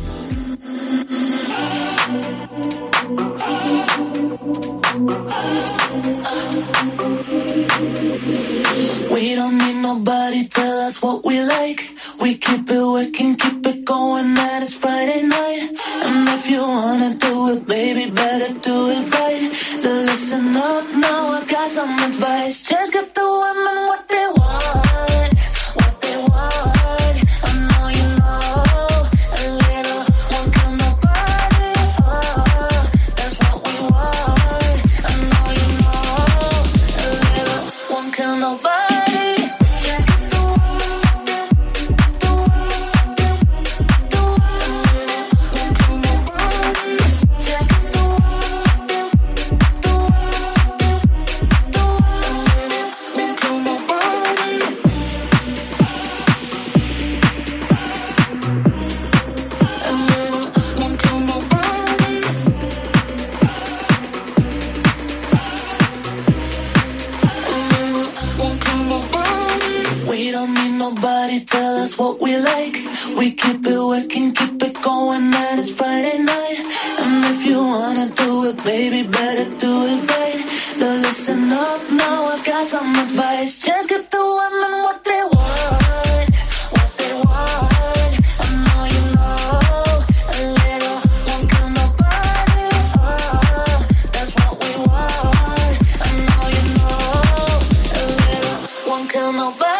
C: We don't need nobody tell us what we like. We keep it working, keep it going, and it's Friday night. And if you wanna do it, baby, better do it right. So listen up now, I got some advice. Just give the women what they want, what they want. I know you know a little won't kill nobody. Oh, that's what we want. I know you know a little won't kill nobody. Tell us what we like. We keep it working, keep it going, and it's Friday night. And if you wanna do it, baby, better do it right. So listen up now, I got some advice. Just give the women what they want, what they want. I know you know a little won't kill nobody. Oh, that's what we want. I know you know a little won't kill nobody.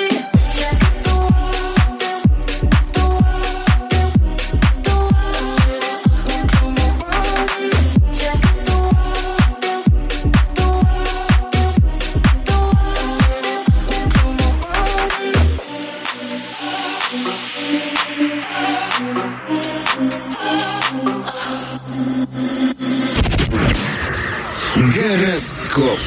A: Гороскоп.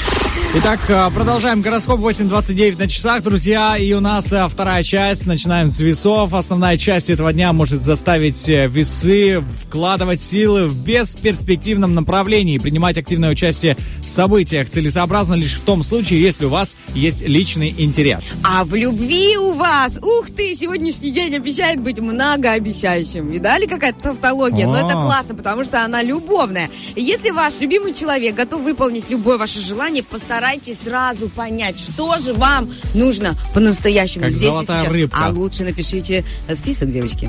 B: Итак, продолжаем гороскоп 8:29 на часах, друзья. И у нас вторая часть. Начинаем с весов. Основная часть этого дня может заставить весы вкладывать силы в бесперспективном направлении и принимать активное участие в событиях. Целесообразно лишь в том случае, если у вас есть личный интерес.
F: А в любви у вас, ух ты, сегодняшний день обещает быть многообещающим. Видали, какая-то тавтология? Но это классно, потому что она любовная. Если ваш любимый человек готов выполнить любое ваше желание, постарайтесь сразу понять, что же вам нужно по-настоящему
B: как
F: здесь и
B: золотая
F: сейчас.
B: рыбка.
F: А лучше напишите список, девочки.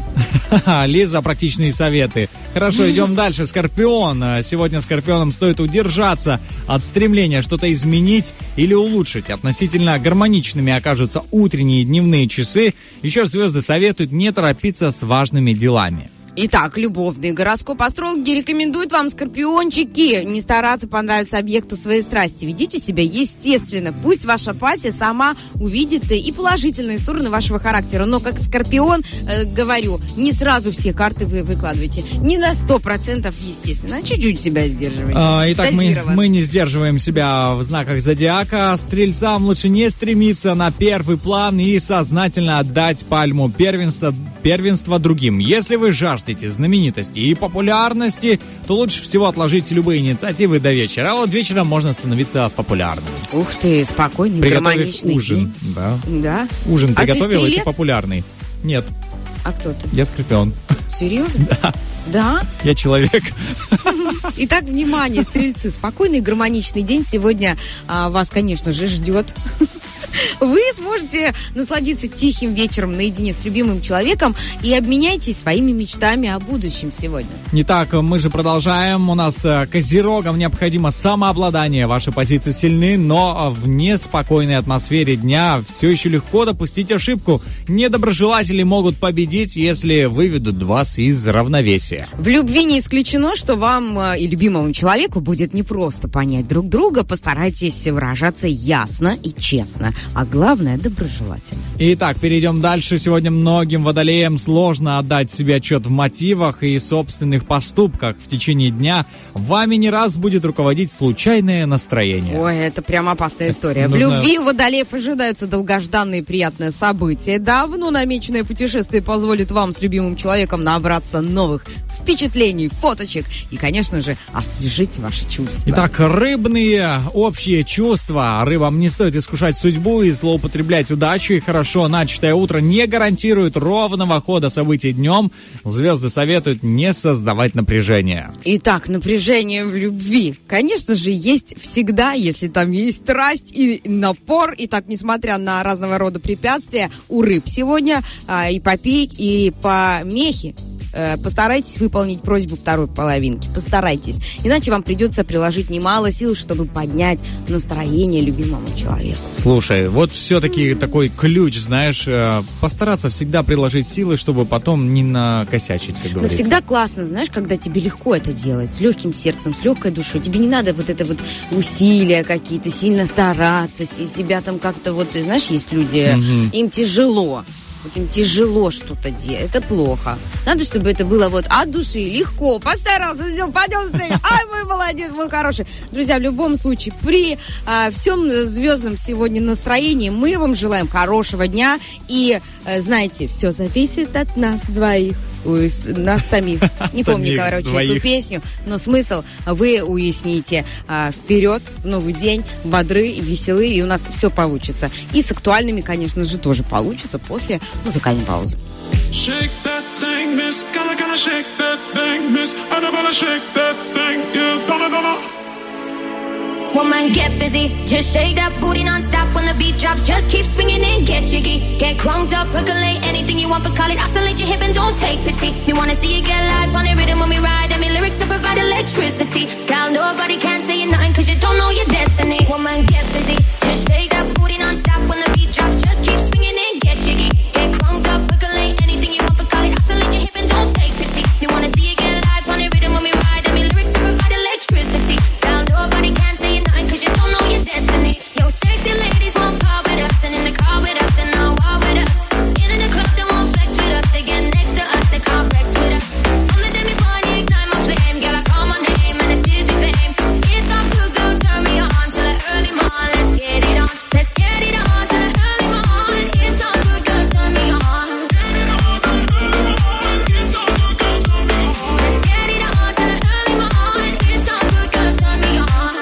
B: Лиза, практичные советы. Хорошо, идем дальше. Скорпион. Сегодня скорпионам стоит удержаться от стремления что-то изменить или улучшить. Относительно гармоничными окажутся утренние и дневные часы. Еще звезды советуют не торопиться с важными делами.
F: Итак, любовный гороскоп. Астрологи рекомендуют вам, скорпиончики, не стараться понравиться объекту своей страсти. Ведите себя естественно. Пусть ваша пассия сама увидит и положительные стороны вашего характера. Но как скорпион, говорю, не сразу все карты вы выкладываете. Не на 100% естественно. Чуть-чуть себя сдерживайте.
B: Итак, мы не сдерживаем себя в знаках зодиака. Стрельцам лучше не стремиться на первый план и сознательно отдать пальму первенства другим. Если вы жаждете знаменитости и популярности, то лучше всего отложить любые инициативы до вечера. А вот вечером можно становиться популярным.
F: Ух ты, спокойный, гармоничный
B: ужин.
F: день.
B: Да. Ужин приготовил, и ты популярный. Нет.
F: А кто ты?
B: Я скорпион.
F: Серьезно?
B: Да.
F: Да?
B: Я человек.
F: Итак, внимание, стрельцы. Спокойный, гармоничный день сегодня вас, конечно же, ждет. вы сможете насладиться тихим вечером наедине с любимым человеком и обменяйтесь своими мечтами о будущем сегодня.
B: Итак, мы же продолжаем. У нас козерогам необходимо самообладание. Ваши позиции сильны, но в неспокойной атмосфере дня все еще легко допустить ошибку. Недоброжелатели могут победить, если выведут вас из равновесия.
F: В любви не исключено, что вам и любимому человеку будет непросто понять друг друга. Постарайтесь выражаться ясно и честно, а главное, доброжелательно.
B: Итак, перейдем дальше. Сегодня многим водолеям сложно отдать себе отчет в мотивах и собственных поступках. В течение дня вами не раз будет руководить случайное настроение.
F: Ой, это прям опасная история. В любви у водолеев ожидаются долгожданные приятные события. Давно намеченное путешествие позволит вам с любимым человеком набраться новых впечатлений, фоточек и, конечно же, освежить ваши чувства.
B: Итак, рыбные общие чувства. Рыбам не стоит искушать судьбу и злоупотреблять удачей. Хорошо начатое утро не гарантирует ровного хода событий днем. Звезды советуют не создавать напряжения.
F: Итак, напряжение в любви, конечно же, есть всегда, если там есть страсть и напор. Итак, несмотря на разного рода препятствия, у рыб сегодня и попейки, и помехи. Постарайтесь выполнить просьбу второй половинки. Постарайтесь. Иначе вам придется приложить немало сил, чтобы поднять настроение любимому человеку.
B: Слушай, вот все-таки такой ключ, знаешь, постараться всегда приложить силы, чтобы потом не накосячить, как
F: Но
B: говорится.
F: всегда классно, знаешь, когда тебе легко это делать, с легким сердцем, с легкой душой. Тебе не надо вот это вот усилия какие-то, сильно стараться, себя там как-то вот, ты знаешь, есть люди, им тяжело. Вот им тяжело что-то делать, это плохо. Надо, чтобы это было вот от души, легко, постарался, сделал, поднял настроение. Ай, мой молодец, мой хороший. Друзья, в любом случае, при всем звездном сегодня настроении мы вам желаем хорошего дня. И, знаете, все зависит от нас двоих. Нас самих. Не помню, короче, эту песню, но смысл вы уясните. Вперед, в новый день, бодры, веселы, и у нас все получится. И с актуальными, конечно же, тоже получится после музыкальной паузы.
G: Shake that thing, miss. Gonna shake that thing, miss. I'm gonna shake that thing, yeah. Gonna.
D: Woman, get busy, just shake that booty non-stop when the beat drops. Just keep swinging and get jiggy. Get crunked up, percolate anything you want for call it. Oscillate your hip and don't take pity. Me wanna see you get live on the rhythm when we ride. And me lyrics to provide electricity. Girl, nobody can say you nothing cause you don't know your destiny. Woman, get busy, just shake that booty non-stop when the beat drops. Just keep swinging and get jiggy. Get crunked up, percolate anything you want for call it. Oscillate your hip and don't take pity. Me wanna see you get live on the rhythm when we ride. And me lyrics to provide electricity. Girl, nobody can say you nothing cause you don't know your destiny. Yo, sexy ladies won't part with us. And in the car with us and now war with us. In the club they won't flex with us. They get next to us, they can't flex with us. I'm the demi body, ignite my flame. Girl, I call my name and it is me fame. It's all good, girl, turn me on till the early morning. Let's get it on. Let's get it on till the early morning. It's all good, girl, turn me on. Let's get it on till the early morning. It's all good, girl, turn me on.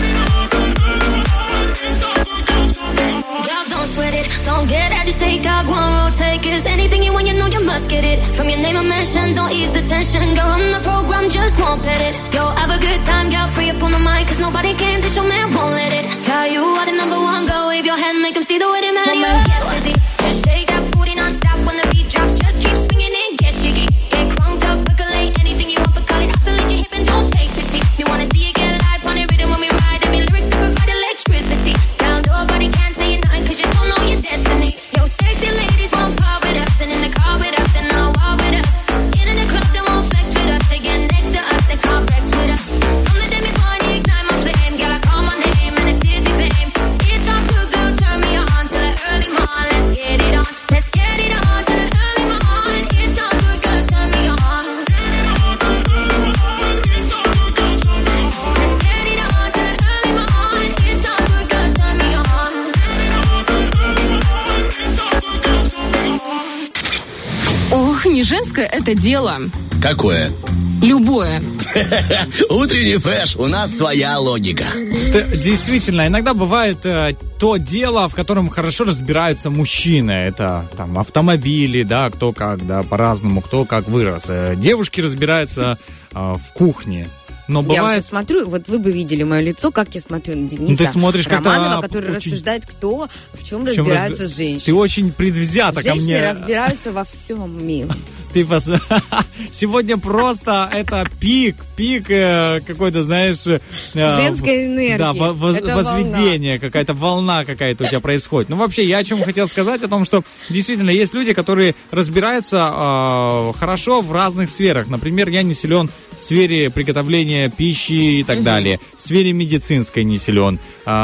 D: Y'all don't sweat it, don't get agitated. I'll go and rotate. Cause anything you want, you know you must get it. From your name and mention, don't ease the tension. Girl, on the program, just won't pet it. Yo, have a good time, girl, free up on the mic. Cause nobody can, this your man won't let it. Girl, you are the number one, go wave your hand, make them see the way they man. Woman, get busy, just shake that booty non-stop when the beat drops. Just keep swinging and get jiggy. Get crunked up, percolate anything you want for call it. Oscillate your hip and don't take pity. Me wanna see you get live on the rhythm when we ride. And me lyrics to provide electricity. Girl, nobody can say you nothing cause you don't know your destiny. Yo, sexy ladies won't part with us. And in the car with us and now war with us. In the club they won't flex with us. They get next to us, they can't flex with us. I'm the demi body, ignite my flame. Girl, I call my name and it is me fame. It's all good, girl, turn me on till the early morning. Let's get it on. Let's get it on till the early morning. It's all good, girl, turn me on. Let's get it on till the early morning. It's all good, girl, turn me on.
E: Ох, не женское это дело.
A: Какое?
E: Любое.
A: Утренний фреш, у нас своя логика.
B: Действительно, иногда бывает то дело, в котором хорошо разбираются мужчины. Это там автомобили, да, кто как, да, по-разному, кто как вырос. Девушки разбираются в кухне. Но
F: Я
B: бывает...
F: уже смотрю, вот вы бы видели мое лицо, как я смотрю на Дениса
B: ты смотришь
F: Романова,
B: как-то
F: который
B: очень...
F: рассуждает, кто в чем разбираются женщины.
B: Ты очень предвзята ко
F: Женщины
B: мне.
F: разбираются во всем, милый.
B: Ты сегодня просто это пик какой-то, знаешь...
F: Женской энергии.
B: Да, возведение, какая-то волна какая-то у тебя происходит. Ну, вообще, я о чем хотел сказать, о том, что действительно есть люди, которые разбираются хорошо в разных сферах. Например, я не силен в сфере приготовления пищи и так далее. В сфере медицинской не силен.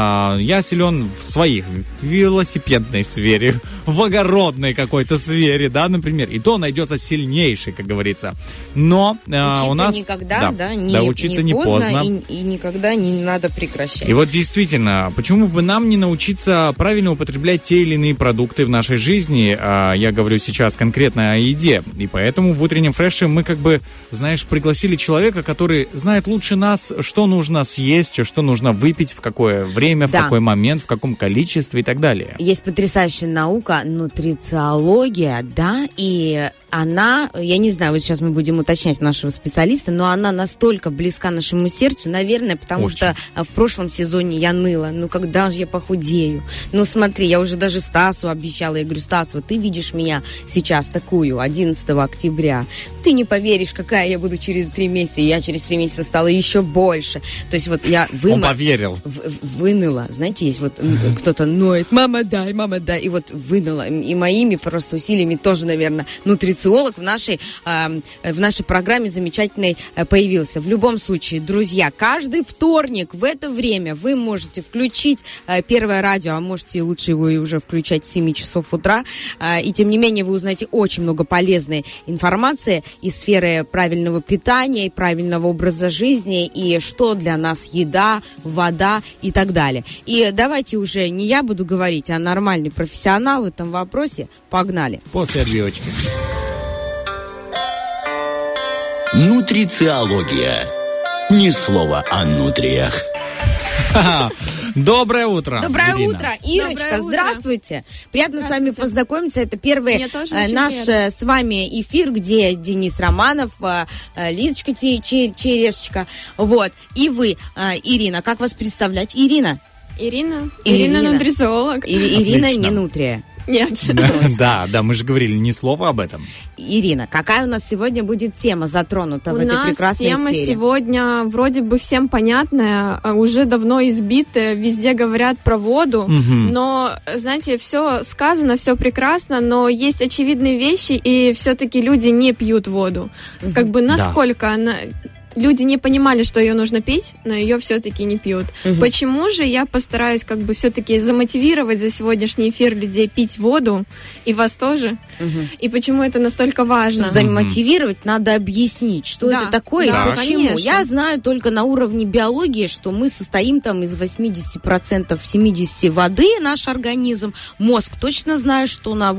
B: Я силен в своих, в велосипедной сфере, в огородной какой-то сфере, да, например. И то найдется сильнейший, как говорится. Но у нас...
F: никогда, да,
B: учиться
F: не
B: поздно.
F: И никогда не надо прекращать.
B: И вот действительно, почему бы нам не научиться правильно употреблять те или иные продукты в нашей жизни? Я говорю сейчас конкретно о еде. И поэтому в утреннем фреше мы как бы, знаешь, пригласили человека, который знает лучше нас, что нужно съесть, что нужно выпить, в какое время, в какой момент, в каком количестве и так далее.
F: Есть потрясающая наука, нутрициология, да, и она, я не знаю, вот сейчас мы будем уточнять нашего специалиста, но она настолько близка нашему сердцу, наверное, потому что в прошлом сезоне я ныла, когда же я похудею? Смотри, я уже даже Стасу обещала, я говорю, Стас, вот ты видишь меня сейчас такую, 11 октября, ты не поверишь, какая я буду через 3 месяца, и я через 3 месяца стала еще больше. То есть вот я
B: Он поверил.
F: Выныла, знаете, есть вот кто-то ноет, мама дай, и вот выныла, и моими просто усилиями тоже, наверное, нутрициолог в нашей программе замечательной появился. В любом случае, друзья, каждый вторник в это время вы можете включить Первое радио, а можете лучше его и уже включать с 7 часов утра, и тем не менее вы узнаете очень много полезной информации из сферы правильного питания и правильного образа жизни, и что для нас еда, вода и так далее. И давайте уже не я буду говорить, а нормальный профессионал в этом вопросе. Погнали.
B: После отбивочки.
A: Нутрициология. Ни слова о нутриях.
B: Доброе утро.
F: Доброе
B: Ирина.
F: утро, Ирочка,
E: Доброе утро.
F: здравствуйте. Приятно с вами познакомиться. Это первый наш с вами эфир, где Денис Романов, Лизочка Черешечка, вот, и вы, Ирина. Как вас представлять? Ирина
E: нутрициолог.
F: Ирина
B: Отлично.
F: не нутрия.
E: Нет.
B: Да, мы же говорили ни слова об этом.
F: Ирина, какая у нас сегодня будет тема затронута в этой прекрасной
E: тема
F: сфере?
E: сегодня вроде бы всем понятная, уже давно избитая, везде говорят про воду, но, знаете, все сказано, все прекрасно, но есть очевидные вещи, и все-таки люди не пьют воду. Как бы насколько она... Люди не понимали, что ее нужно пить, но ее все-таки не пьют. Почему же я постараюсь как бы все-таки замотивировать за сегодняшний эфир людей пить воду, и вас тоже? И почему это настолько важно?
F: Замотивировать надо объяснить, что это такое и почему.
E: Конечно.
F: Я знаю только на уровне биологии, что мы состоим там из 80%, 70% воды, наш организм. Мозг точно знает, что на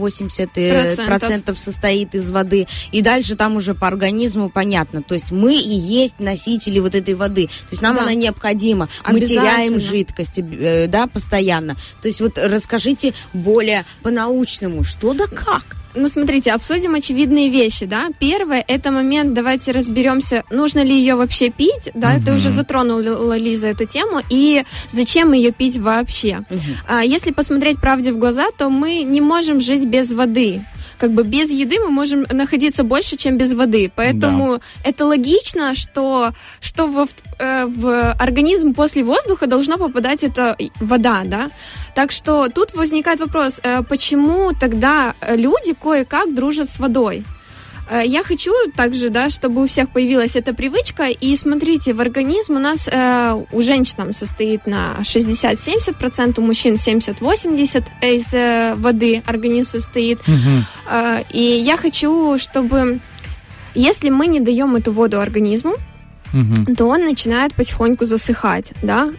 F: 80% состоит из воды. И дальше там уже по организму понятно. То есть мы и есть носители вот этой воды. То есть нам она необходима. Мы теряем жидкость, постоянно. То есть вот расскажите более по-научному, что да как.
E: Ну, смотрите, обсудим очевидные вещи, да. Первое, это момент, давайте разберемся, нужно ли ее вообще пить, да, ты уже затронула, Лиза, эту тему, и зачем ее пить вообще. Если посмотреть правде в глаза, то мы не можем жить без воды. Как бы без еды мы можем находиться больше, чем без воды. Поэтому это логично, что в организм после воздуха должна попадать эта вода, да. Так что тут возникает вопрос, почему тогда люди кое-как дружат с водой? Я хочу также, да, чтобы у всех появилась эта привычка. И смотрите, в организм у нас у женщин состоит на 60-70%, у мужчин 70-80% из воды организм состоит. И я хочу, чтобы, если мы не даем эту воду организму, то он начинает потихоньку засыхать, да.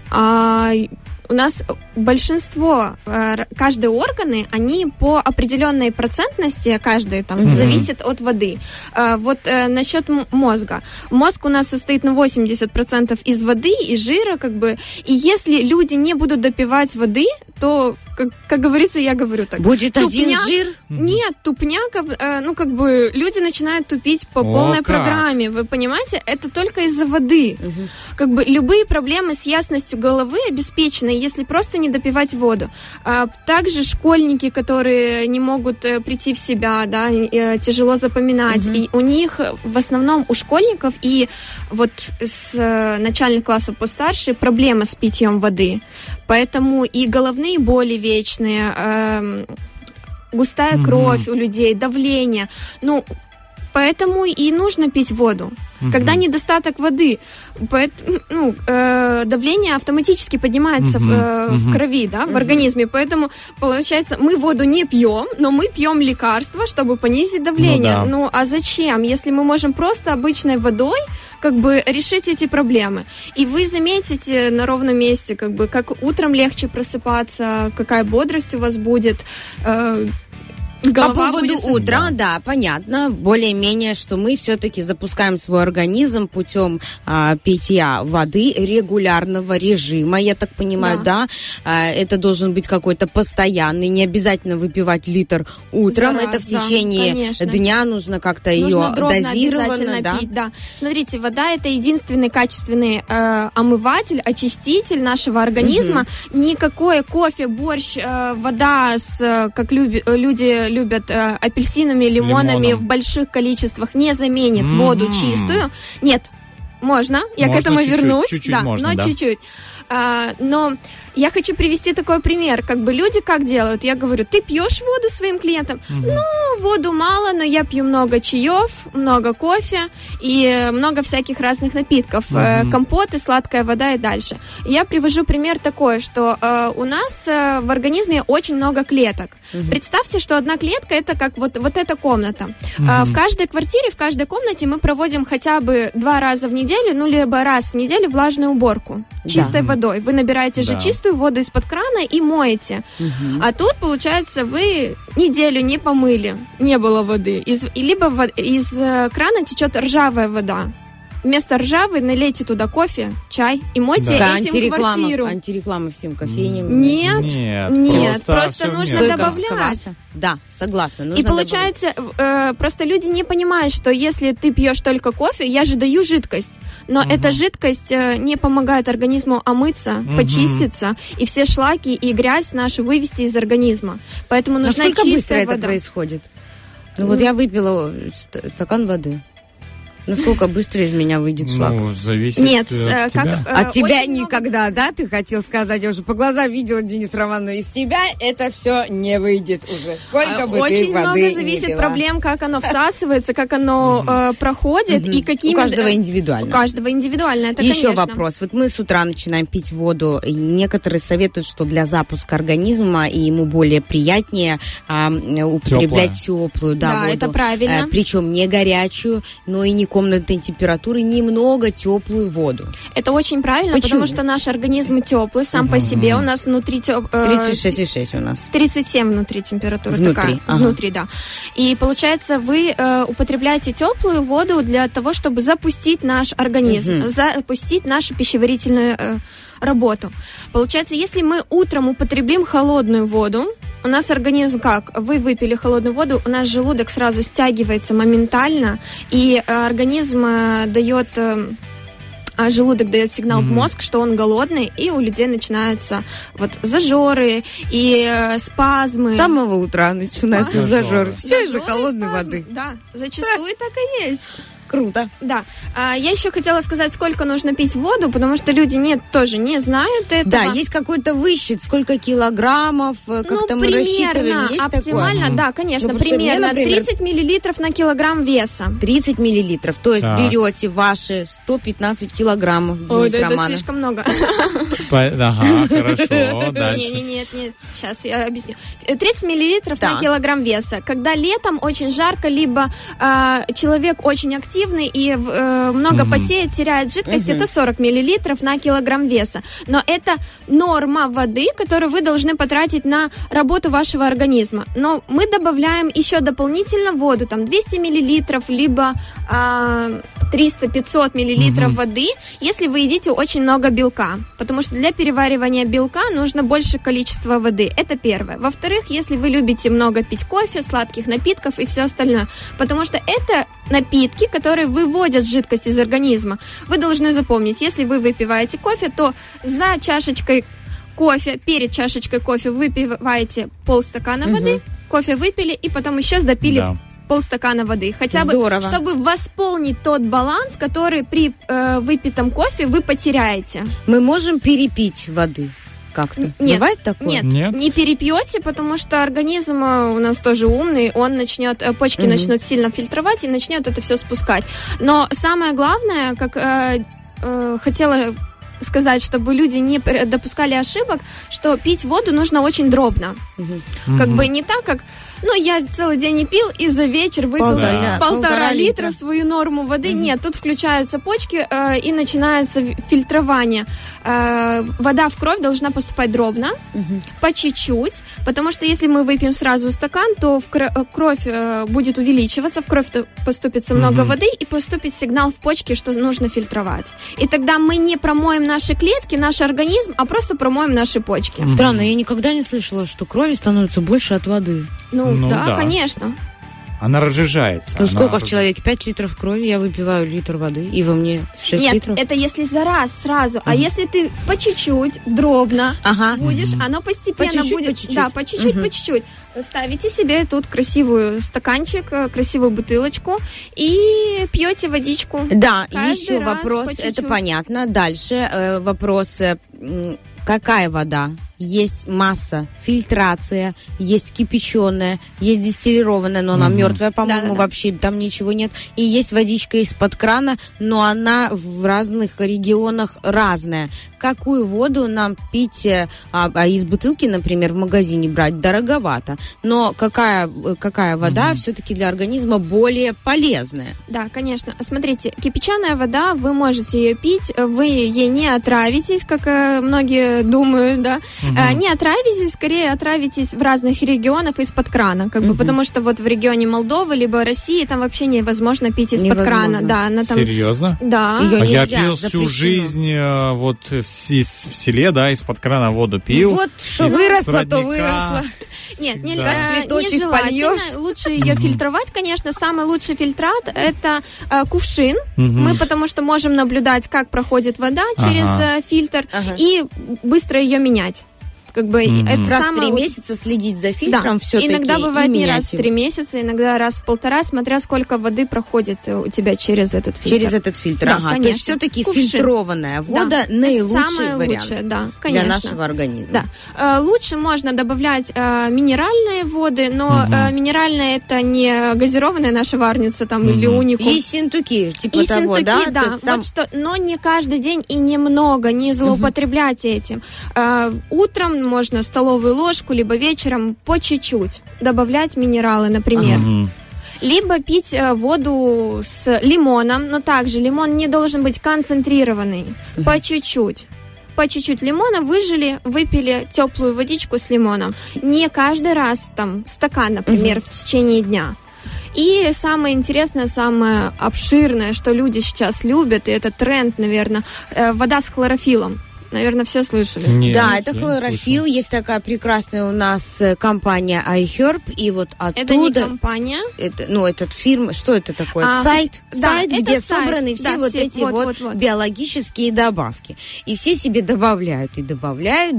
E: У нас большинство, каждые органы, они по определенной процентности, каждый там зависит от воды. Вот насчет мозга. Мозг у нас состоит на 80% из воды и жира, как бы. И если люди не будут допивать воды, то, как говорится, я говорю так.
F: Будет один жир?
E: Нет, тупняк, люди начинают тупить по полной программе. Вы понимаете? Это только из-за воды. Любые проблемы с ясностью головы обеспечены, если просто не допивать воду. Также школьники, которые не могут прийти в себя, да, тяжело запоминать. И у них, в основном у школьников и вот с начальных классов постарше проблема с питьем воды. Поэтому и головные боли вечные, густая кровь у людей, давление. Поэтому и нужно пить воду. Когда недостаток воды, давление автоматически поднимается в крови, да, в организме. Поэтому, получается, мы воду не пьем, но мы пьем лекарства, чтобы понизить давление. А зачем, если мы можем просто обычной водой решить эти проблемы? И вы заметите на ровном месте, как утром легче просыпаться, какая бодрость у вас будет.
F: По поводу утра, да, понятно, более-менее, что мы все-таки запускаем свой организм путем питья воды регулярного режима, я так понимаю, да. Это должен быть какой-то постоянный, не обязательно выпивать литр утром, это в течение дня нужно как-то ее дозированно, да?
E: Пить, да. Смотрите, вода — это единственный качественный омыватель, очиститель нашего организма. Никакой кофе, борщ, вода, как люди любят апельсинами, лимонами в больших количествах, не заменит воду чистую. Нет, можно, я к этому вернусь.
B: Чуть-чуть можно, да.
E: Чуть-чуть. Но я хочу привести такой пример. Люди как делают? Я говорю, ты пьешь воду своим клиентам? Воду мало, но я пью много чаев, много кофе и много всяких разных напитков. Компоты, сладкая вода и дальше. Я привожу пример такой, что у нас в организме очень много клеток. Представьте, что одна клетка — это как вот эта комната. В каждой квартире, в каждой комнате мы проводим хотя бы 2 раза в неделю, либо раз в неделю влажную уборку чистой водой. Вы набираете же чистую воду из-под крана и моете. А тут, получается, вы неделю не помыли, не было воды. Либо из крана течет ржавая вода. Вместо ржавой налейте туда кофе, чай и мойте этим квартиру.
F: Антиреклама всем кофейням.
E: Нет, просто нужно добавлять.
F: Да, согласна.
E: И получается, просто люди не понимают, что если ты пьешь только кофе, я же даю жидкость, но эта жидкость не помогает организму омыться, почиститься, и все шлаки и грязь нашу вывести из организма. Поэтому нужна чистая вода.
F: Насколько быстро это происходит? Я выпила стакан воды. Насколько быстро из меня выйдет шлак?
B: Зависит
E: от
B: тебя.
F: От тебя никогда, да, ты хотел сказать? Я уже по глазам видела, Денис Романовна, из тебя это все не выйдет уже. Сколько бы
E: очень
F: ты воды
E: много зависит
F: не пила.
E: Проблем, как оно всасывается, как оно проходит и какими...
F: У каждого индивидуально.
E: У каждого индивидуально, это
F: еще
E: конечно.
F: Вопрос. Мы с утра начинаем пить воду, и некоторые советуют, что для запуска организма и ему более приятнее употреблять теплую воду.
E: Это правильно.
F: Причем не горячую, но и не комнатной температуры, немного теплую воду.
E: Это очень правильно, потому что наш организм теплый сам по себе. У нас внутри
F: 36,6 у нас.
E: 37 внутри температура
F: внутри.
E: Такая. Внутри, да. И получается, вы употребляете теплую воду для того, чтобы запустить наш организм, запустить нашу пищеварительную работу. Получается, если мы утром употребим холодную воду, у нас организм как? Вы выпили холодную воду, у нас желудок сразу стягивается моментально, и организм дает... желудок дает сигнал в мозг, что он голодный, и у людей начинаются зажоры и спазмы.
F: С самого утра начинаются зажоры. Все из-за холодной воды.
E: Да, зачастую так и есть.
F: Круто.
E: Да. Я еще хотела сказать, сколько нужно пить воду, потому что люди тоже не знают этого.
F: Да, есть какой-то высчет, сколько килограммов, как-то мы рассчитываем. Есть
E: оптимально,
F: такое?
E: Да, конечно, примерно 30 миллилитров на килограмм веса.
F: 30 миллилитров, то есть берете ваши 115 килограммов, Денис Романовна.
E: Это слишком много.
B: Ага, хорошо, дальше.
E: Нет, сейчас я объясню. 30 миллилитров на килограмм веса. Когда летом очень жарко, либо человек очень активный, активный и много потеет, теряет жидкости, то 40 миллилитров на килограмм веса. Но это норма воды, которую вы должны потратить на работу вашего организма. Но мы добавляем еще дополнительно воду, там 200 миллилитров, либо 300-500 миллилитров воды, если вы едите очень много белка. Потому что для переваривания белка нужно больше количества воды. Это первое. Во-вторых, если вы любите много пить кофе, сладких напитков и все остальное. Потому что это напитки, которые выводят жидкость из организма. Вы должны запомнить, если вы выпиваете кофе, то за чашечкой кофе, перед чашечкой кофе выпиваете полстакана воды, кофе выпили и потом еще допили полстакана воды. Хотя бы, чтобы восполнить тот баланс, который при выпитом кофе вы потеряете.
F: Мы можем перепить воды как-то?
E: Нет.
F: Бывает такое?
E: Нет, не перепьете, потому что организм у нас тоже умный, он начнет, почки начнут сильно фильтровать и начнет это все спускать. Но самое главное, как хотела сказать, чтобы люди не допускали ошибок, что пить воду нужно очень дробно. Как бы не так, как я целый день не пил и за вечер выпил полтора литра свою норму воды. Нет, тут включаются почки и начинается фильтрование. Вода в кровь должна поступать дробно, по чуть-чуть, потому что если мы выпьем сразу стакан, то кровь будет увеличиваться, в кровь поступится много воды и поступит сигнал в почки, что нужно фильтровать. И тогда мы не промоем наши клетки, наш организм, а просто промоем наши почки.
F: Странно, я никогда не слышала, что крови становится больше от воды.
E: Да, конечно.
B: Она разжижается.
F: Сколько в человеке? 5 литров крови, я выпиваю литр воды, и во мне 6 литров?
E: Нет, это если за раз, сразу. А если ты по чуть-чуть, дробно будешь, оно постепенно будет... Да, по чуть-чуть, по чуть-чуть. Ставите себе тут красивую стаканчик, красивую бутылочку и пьете водичку.
F: Да, еще вопрос, это понятно. Дальше вопрос, какая вода? Есть масса, фильтрация, есть кипяченая, есть дистиллированная, но она мертвая, по-моему, вообще там ничего нет. И есть водичка из-под крана, но она в разных регионах разная. Какую воду нам пить, из бутылки, например, в магазине брать дороговато. Но какая вода все-таки для организма более полезная?
E: Да, конечно. Смотрите, кипяченая вода, вы можете ее пить, вы ей не отравитесь, как многие думают, да. Не отравитесь, скорее отравитесь в разных регионах из-под крана, потому что вот в регионе Молдовы либо России там вообще невозможно пить из-под крана. Да, она там...
B: Серьезно?
E: Да.
B: Я пил всю жизнь в селе, да, из-под крана воду пил.
F: Вот что выросло, то выросло.
E: Нет, нежелательно. Лучше ее фильтровать, конечно. Самый лучший фильтрат – это кувшин. Мы потому что можем наблюдать, как проходит вода через фильтр и быстро ее менять.
F: Это раз в 3 месяца следить за фильтром все-таки.
E: Иногда бывает не раз в 3 месяца, иногда раз в 1,5, смотря сколько воды проходит у тебя через этот фильтр.
F: Через этот фильтр, То есть все-таки фильтрованная вода наилучший вариант для нашего организма.
E: Да. Лучше можно добавлять минеральные воды, но минеральная это не газированная наша варница там, или уникум.
F: И синтуки, типа того, да?
E: Но не каждый день и немного, не злоупотреблять этим. Утром можно столовую ложку, либо вечером по чуть-чуть добавлять минералы, например. Либо пить воду с лимоном, но также лимон не должен быть концентрированный, по чуть-чуть. По чуть-чуть лимона выжили, выпили теплую водичку с лимоном. Не каждый раз там стакан, например, в течение дня. И самое интересное, самое обширное, что люди сейчас любят, и это тренд, наверное, вода с хлорофиллом. Наверное, все слышали.
B: Нет,
F: да, это хлорофилл. Есть такая прекрасная у нас компания iHerb. И вот оттуда...
E: Это не компания.
F: Этот фирма... Что это такое? Сайт, где собраны все вот эти биологические добавки. И все себе добавляют. И добавляют.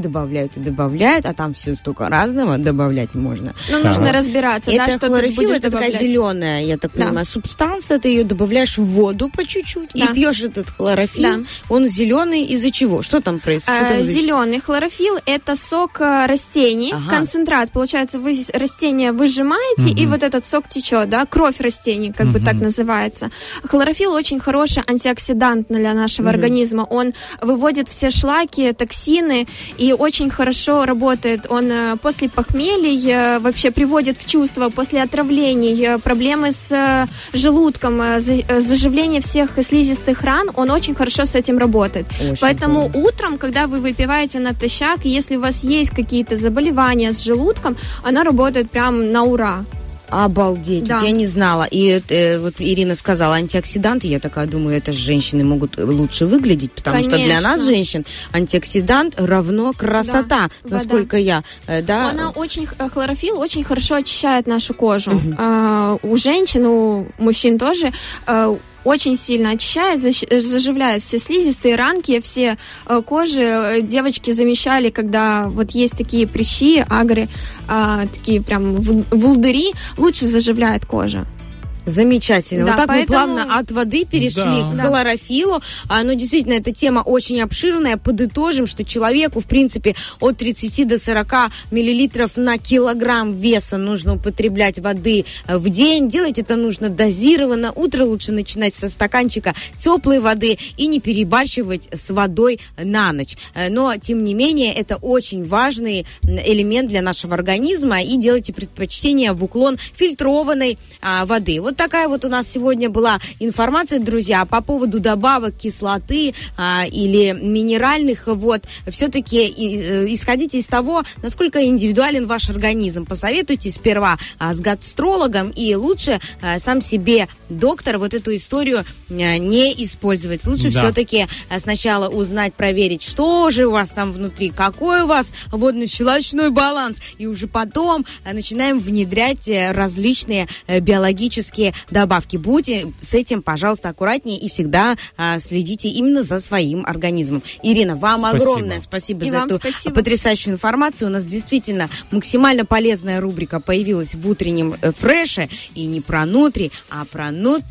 F: А там все столько разного добавлять можно.
E: Но нужно разбираться,
F: это
E: что
F: хлорофилл,
E: ты будешь
F: это
E: добавлять.
F: такая зеленая, я так понимаю, субстанция. Ты ее добавляешь в воду по чуть-чуть. И пьешь этот хлорофилл. Он зеленый. Из-за чего? Что там происходит?
E: Зеленый хлорофилл – это сок растений, концентрат. Получается, вы растение выжимаете, и вот этот сок течет, да, кровь растений, как бы так называется. Хлорофилл очень хороший антиоксидант для нашего организма. Он выводит все шлаки, токсины, и очень хорошо работает. Он после похмелий вообще приводит в чувство, после отравлений, проблемы с желудком, заживление всех слизистых ран, он очень хорошо с этим работает. Поэтому утром, когда вы выпиваете натощак, если у вас есть какие-то заболевания с желудком, она работает прям на ура.
F: Обалдеть, да. Я не знала. И вот Ирина сказала антиоксиданты, я такая думаю, это же женщины могут лучше выглядеть, потому Конечно. Что для нас, женщин, антиоксидант равно красота, да. Насколько я... Да.
E: Хлорофилл очень хорошо очищает нашу кожу. У женщин, у мужчин тоже... очень сильно очищает, заживляет все слизистые ранки, все кожи. Девочки замечали, когда вот есть такие прыщи, агры, такие прям волдыри, лучше заживляет кожа.
F: Замечательно. Да, вот так поэтому... мы плавно от воды перешли к хлорофиллу. Но действительно, эта тема очень обширная. Подытожим, что человеку, в принципе, от 30 до 40 миллилитров на килограмм веса нужно употреблять воды в день. Делать это нужно дозированно. Утро лучше начинать со стаканчика теплой воды и не перебарщивать с водой на ночь. Но, тем не менее, это очень важный элемент для нашего организма. И делайте предпочтение в уклон фильтрованной воды. Вот такая вот у нас сегодня была информация, друзья, по поводу добавок кислоты или минеральных вод. Все-таки исходите из того, насколько индивидуален ваш организм. Посоветуйтесь сперва с гастрологом, и лучше сам себе доктор вот эту историю не использовать. Лучше все-таки сначала узнать, проверить, что же у вас там внутри, какой у вас водно-щелочной баланс, и уже потом начинаем внедрять различные биологические добавки. Будьте с этим, пожалуйста, аккуратнее и всегда следите именно за своим организмом. Ирина, вам огромное спасибо за эту потрясающую информацию. У нас действительно максимально полезная рубрика появилась в утреннем фреше. И не про нутри, а про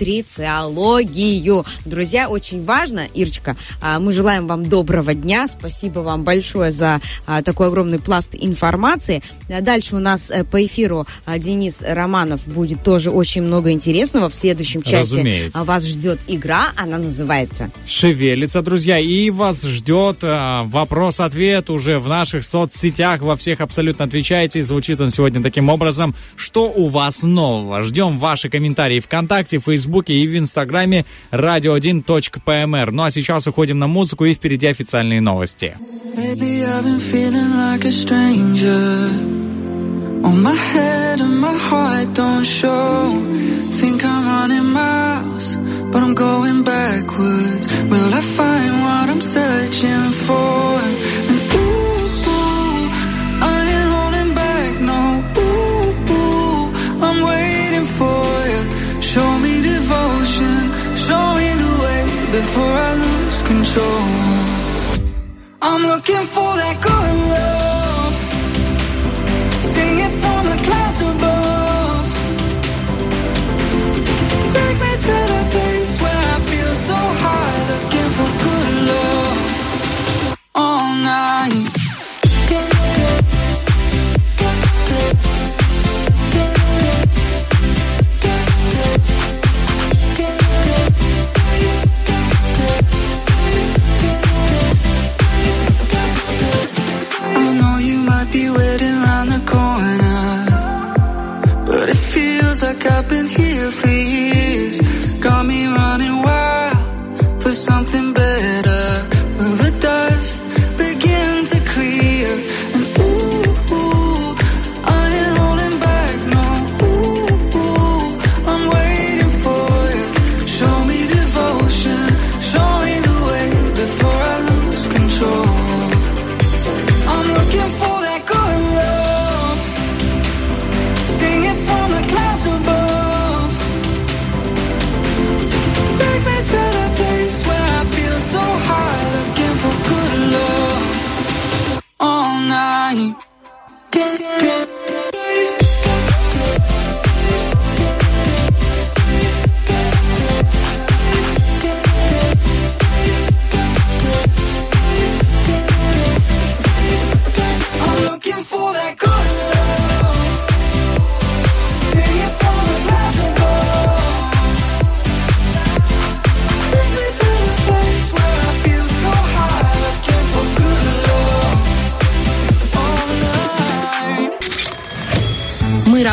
F: нутрициологию. Друзья, очень важно. Ирочка, мы желаем вам доброго дня. Спасибо вам большое за такой огромный пласт информации. Дальше у нас по эфиру Денис Романов будет тоже очень много интересного. В следующем часе вас ждет игра, она называется
B: «Шевелится», друзья, и вас ждет вопрос-ответ уже в наших соцсетях, во всех абсолютно отвечаете. Звучит он сегодня таким образом: что у вас нового? Ждем ваши комментарии ВКонтакте, в Фейсбуке и в Инстаграме radio1.pmr. Ну а сейчас уходим на музыку, и впереди официальные новости.
C: On my head and my heart don't show. Think I'm running miles, but I'm going backwards. Will I find what I'm searching for? And ooh, I ain't holding back, no. Ooh, I'm waiting for you. Show me devotion, show me the way before I lose control. I'm looking for that good love. Sing it from the clouds above. Take me to the place where I feel so high. Looking for good love all night. I know you might be waiting around the corner, but it feels like I've been here for years. Got me running wild for something better. Will the dust begin to clear? And ooh, I ain't holding back, no. Ooh, I'm waiting for you. Show me devotion, show me the way before I lose control. I'm looking for that good love. Sing it from the clouds above.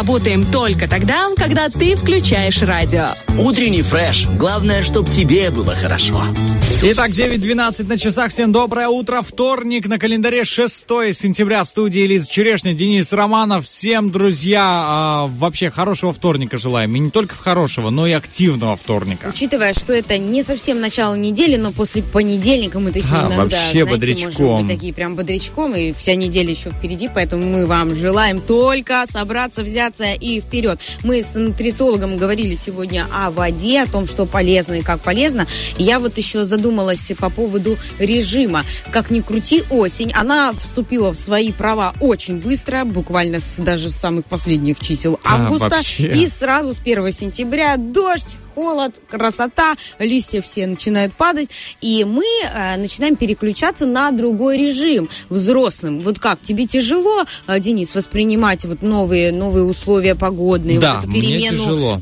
H: работаем только тогда, когда ты включаешь радио.
A: Утренний фреш. Главное, чтобы тебе было хорошо.
B: Итак, 9:12 на часах. Всем доброе утро. Вторник, на календаре 6 сентября. В студии Лиза Черешня, Денис Романов. Всем, друзья, вообще хорошего вторника желаем. И не только хорошего, но и активного вторника.
F: Учитывая, что это не совсем начало недели, но после понедельника мы такие иногда,
B: вообще
F: знаете,
B: бодрячком.
F: можем быть такие прям бодрячком, и вся неделя еще впереди, поэтому мы вам желаем только собраться, взяться и вперед. Мы с нутрициологом говорили сегодня о воде, о том, что полезно и как полезно. И я вот еще задумалась по поводу режима. Как ни крути, осень, она вступила в свои права очень быстро, буквально даже с самых последних чисел августа.
B: Вообще.
F: И сразу с 1 сентября дождь, холод, красота, листья все начинают падать, и мы начинаем переключаться на другой режим взрослым. Вот как, тебе тяжело, Денис, воспринимать вот новые условия погодные,
B: да,
F: вот эту
B: мне тяжело.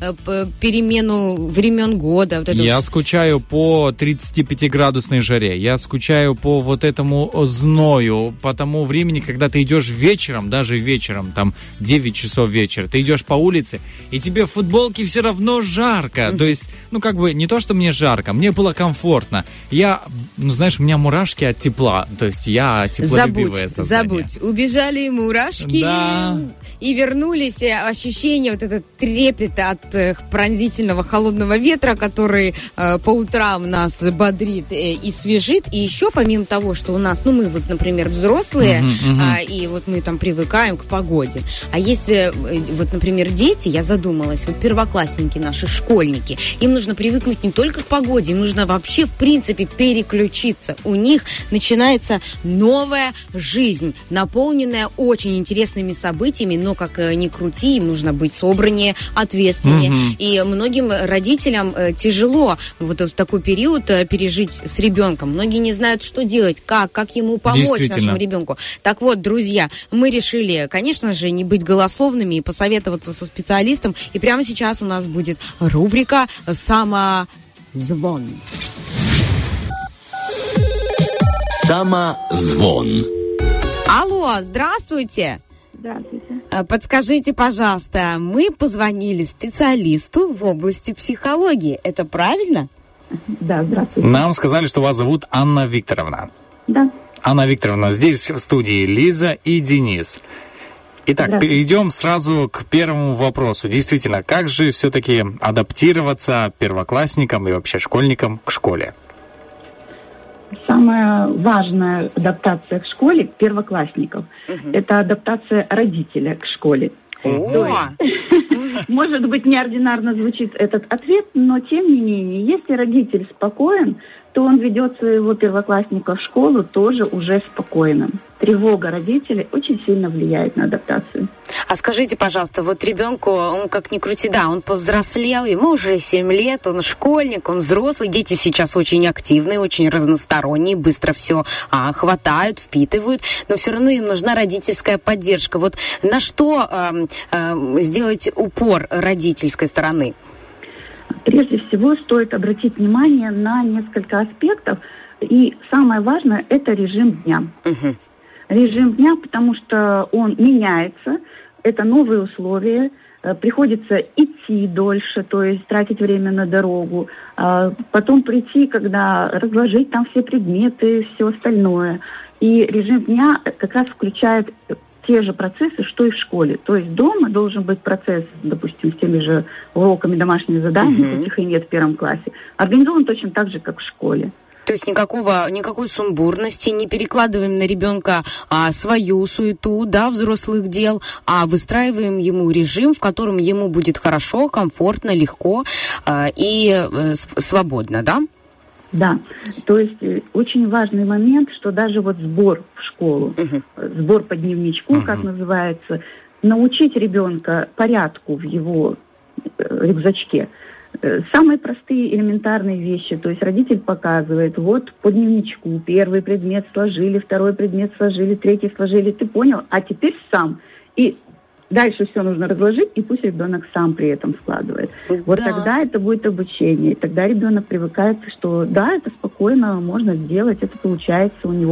F: перемену времен года? Вот
B: Я скучаю по 35-градусной жаре, я скучаю по вот этому зною, по тому времени, когда ты идешь вечером, даже вечером, там 9 часов вечера, ты идешь по улице, и тебе в футболке все равно жарко. То есть, как бы не то, что мне жарко, мне было комфортно. Я, знаешь, у меня мурашки от тепла, то есть я теплолюбивое создание.
F: Забудь. Убежали мурашки,
B: да.
F: И вернулись ощущения, вот этот трепет от пронзительного холодного ветра, который по утрам нас бодрит и свежит. И еще помимо того, что у нас, мы вот, например, взрослые, и вот мы там привыкаем к погоде. А если вот, например, дети, я задумалась, вот первоклассники наши, школьники, им нужно привыкнуть не только к погоде, им нужно вообще, в принципе, переключиться. У них начинается новая жизнь, наполненная очень интересными событиями, но, как ни крути, им нужно быть собраннее, ответственнее. И многим родителям тяжело вот в такой период пережить с ребенком. Многие не знают, что делать, как ему помочь нашему ребенку. Так вот, друзья, мы решили, конечно же, не быть голословными и посоветоваться со специалистом. И прямо сейчас у нас будет рубрика «Самозвон».
A: Самозвон.
F: Алло, здравствуйте.
I: Здравствуйте.
F: Подскажите, пожалуйста, мы позвонили специалисту в области психологии. Это правильно?
I: Да, здравствуйте.
B: Нам сказали, что вас зовут Анна Викторовна.
I: Да.
B: Анна Викторовна, здесь в студии Лиза и Денис. Итак, перейдем сразу к первому вопросу. Действительно, как же все-таки адаптироваться первоклассникам и вообще школьникам к школе?
I: Самая важная адаптация к школе первоклассников – это адаптация родителя к школе. Может быть, неординарно звучит этот ответ, но тем не менее, если родитель спокоен, то он ведет своего первоклассника в школу тоже уже спокойным. Тревога родителей очень сильно влияет на адаптацию.
F: А скажите, пожалуйста, вот ребенку, он как ни крути, да, он повзрослел, ему уже 7 лет, он школьник, он взрослый, дети сейчас очень активные, очень разносторонние, быстро все хватают, впитывают, но все равно им нужна родительская поддержка. Вот на что сделать упор родительской стороны?
I: Прежде всего, стоит обратить внимание на несколько аспектов. И самое важное – это режим дня. Режим дня, потому что он меняется, это новые условия, приходится идти дольше, то есть тратить время на дорогу, потом прийти, когда разложить там все предметы, все остальное. И режим дня как раз включает те же процессы, что и в школе. То есть дома должен быть процесс, допустим, с теми же уроками, домашними заданиями, каких и нет в 1 классе, организован точно так же, как в школе.
F: То есть никакой сумбурности, не перекладываем на ребенка свою суету, взрослых дел, а выстраиваем ему режим, в котором ему будет хорошо, комфортно, легко и свободно, да?
I: Да, то есть очень важный момент, что даже вот сбор в школу, сбор по дневничку, как называется, научить ребенка порядку в его рюкзачке. Самые простые элементарные вещи, то есть родитель показывает, вот по дневничку первый предмет сложили, второй предмет сложили, третий сложили, ты понял, а теперь сам. И дальше все нужно разложить, и пусть ребенок сам при этом складывает. Вот тогда это будет обучение. И тогда ребенок привыкает, что да, это спокойно можно сделать, это получается у него.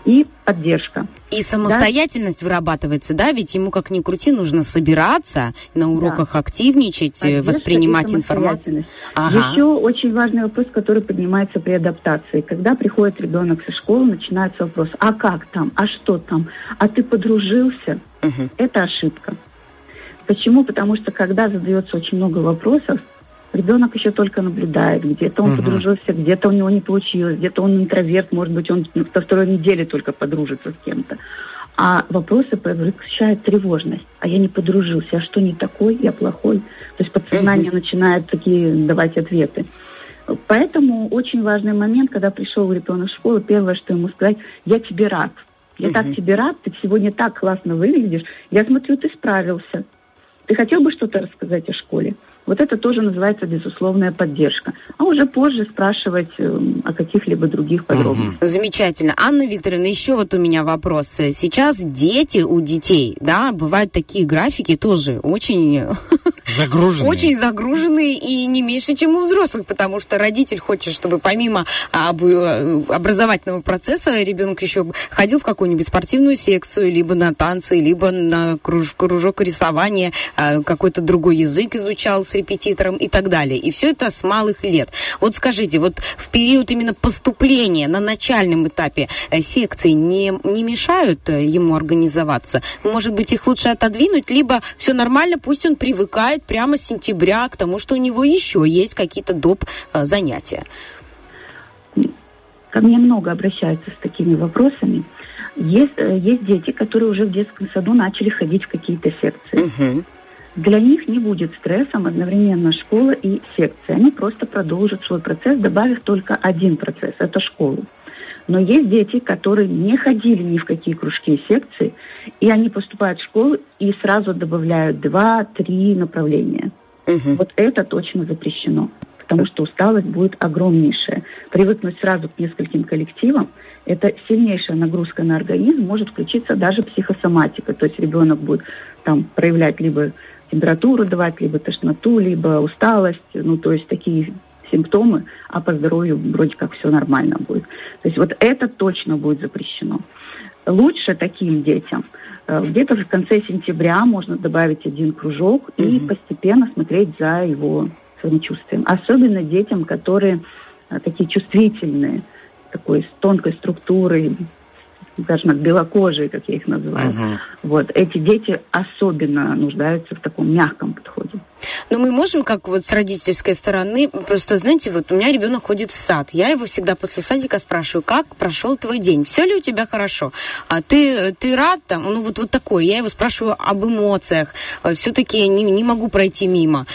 I: и поддержка.
F: И самостоятельность вырабатывается, да? Ведь ему, как ни крути, нужно собираться, на уроках активничать, поддержка, воспринимать информацию.
I: Еще очень важный вопрос, который поднимается при адаптации. Когда приходит ребенок со школы, начинается вопрос: а как там? А что там? А ты подружился? Это ошибка. Почему? Потому что когда задается очень много вопросов, ребенок еще только наблюдает. Где-то он подружился, где-то у него не получилось, где-то он интроверт, может быть, он со второй недели только подружится с кем-то. А вопросы предвещают тревожность. А я не подружился, а что не такой, я плохой. То есть подсознание начинает такие давать ответы. Поэтому очень важный момент, когда пришел ребенок в школу, первое, что ему сказать: я тебе рад. Я так тебе рад, ты сегодня так классно выглядишь. Я смотрю, ты справился. Ты хотел бы что-то рассказать о школе? Вот это тоже называется безусловная поддержка. А уже позже спрашивать о каких-либо других подробностях.
F: Замечательно. Анна Викторовна, еще вот у меня вопрос. Сейчас у детей, да, бывают такие графики тоже очень
B: загруженные.
F: Очень загруженные и не меньше, чем у взрослых, потому что родитель хочет, чтобы помимо образовательного процесса ребенок еще ходил в какую-нибудь спортивную секцию, либо на танцы, либо на кружок рисования, какой-то другой язык изучал с репетитором и так далее. И все это с малых лет. Вот скажите, вот в период именно поступления на начальном этапе секции не мешают ему организоваться? Может быть, их лучше отодвинуть, либо все нормально, пусть он привыкает прямо с сентября к тому, что у него еще есть какие-то доп. Занятия?
I: Ко мне много обращаются с такими вопросами. Есть дети, которые уже в детском саду начали ходить в какие-то секции. Для них не будет стрессом одновременно школа и секция. Они просто продолжат свой процесс, добавив только один процесс – это школу. Но есть дети, которые не ходили ни в какие кружки и секции, и они поступают в школу и сразу добавляют 2-3 направления. Вот это точно запрещено, потому что усталость будет огромнейшая. Привыкнуть сразу к нескольким коллективам – это сильнейшая нагрузка на организм, может включиться даже психосоматика. То есть ребенок будет там проявлять либо температуру давать, либо тошноту, либо усталость, то есть такие симптомы, а по здоровью вроде как все нормально будет. То есть вот это точно будет запрещено. Лучше таким детям где-то в конце сентября можно добавить один кружок и постепенно смотреть за его самочувствием. Особенно детям, которые такие чувствительные, такой с тонкой структурой, скажем так, белокожие, как я их называю. Вот эти дети особенно нуждаются в таком мягком подходе.
F: Но мы можем, как вот с родительской стороны, просто, знаете, вот у меня ребенок ходит в сад. Я его всегда после садика спрашиваю: как прошел твой день? Все ли у тебя хорошо? А ты рад там? Вот такое. Я его спрашиваю об эмоциях. Все-таки не могу пройти мимо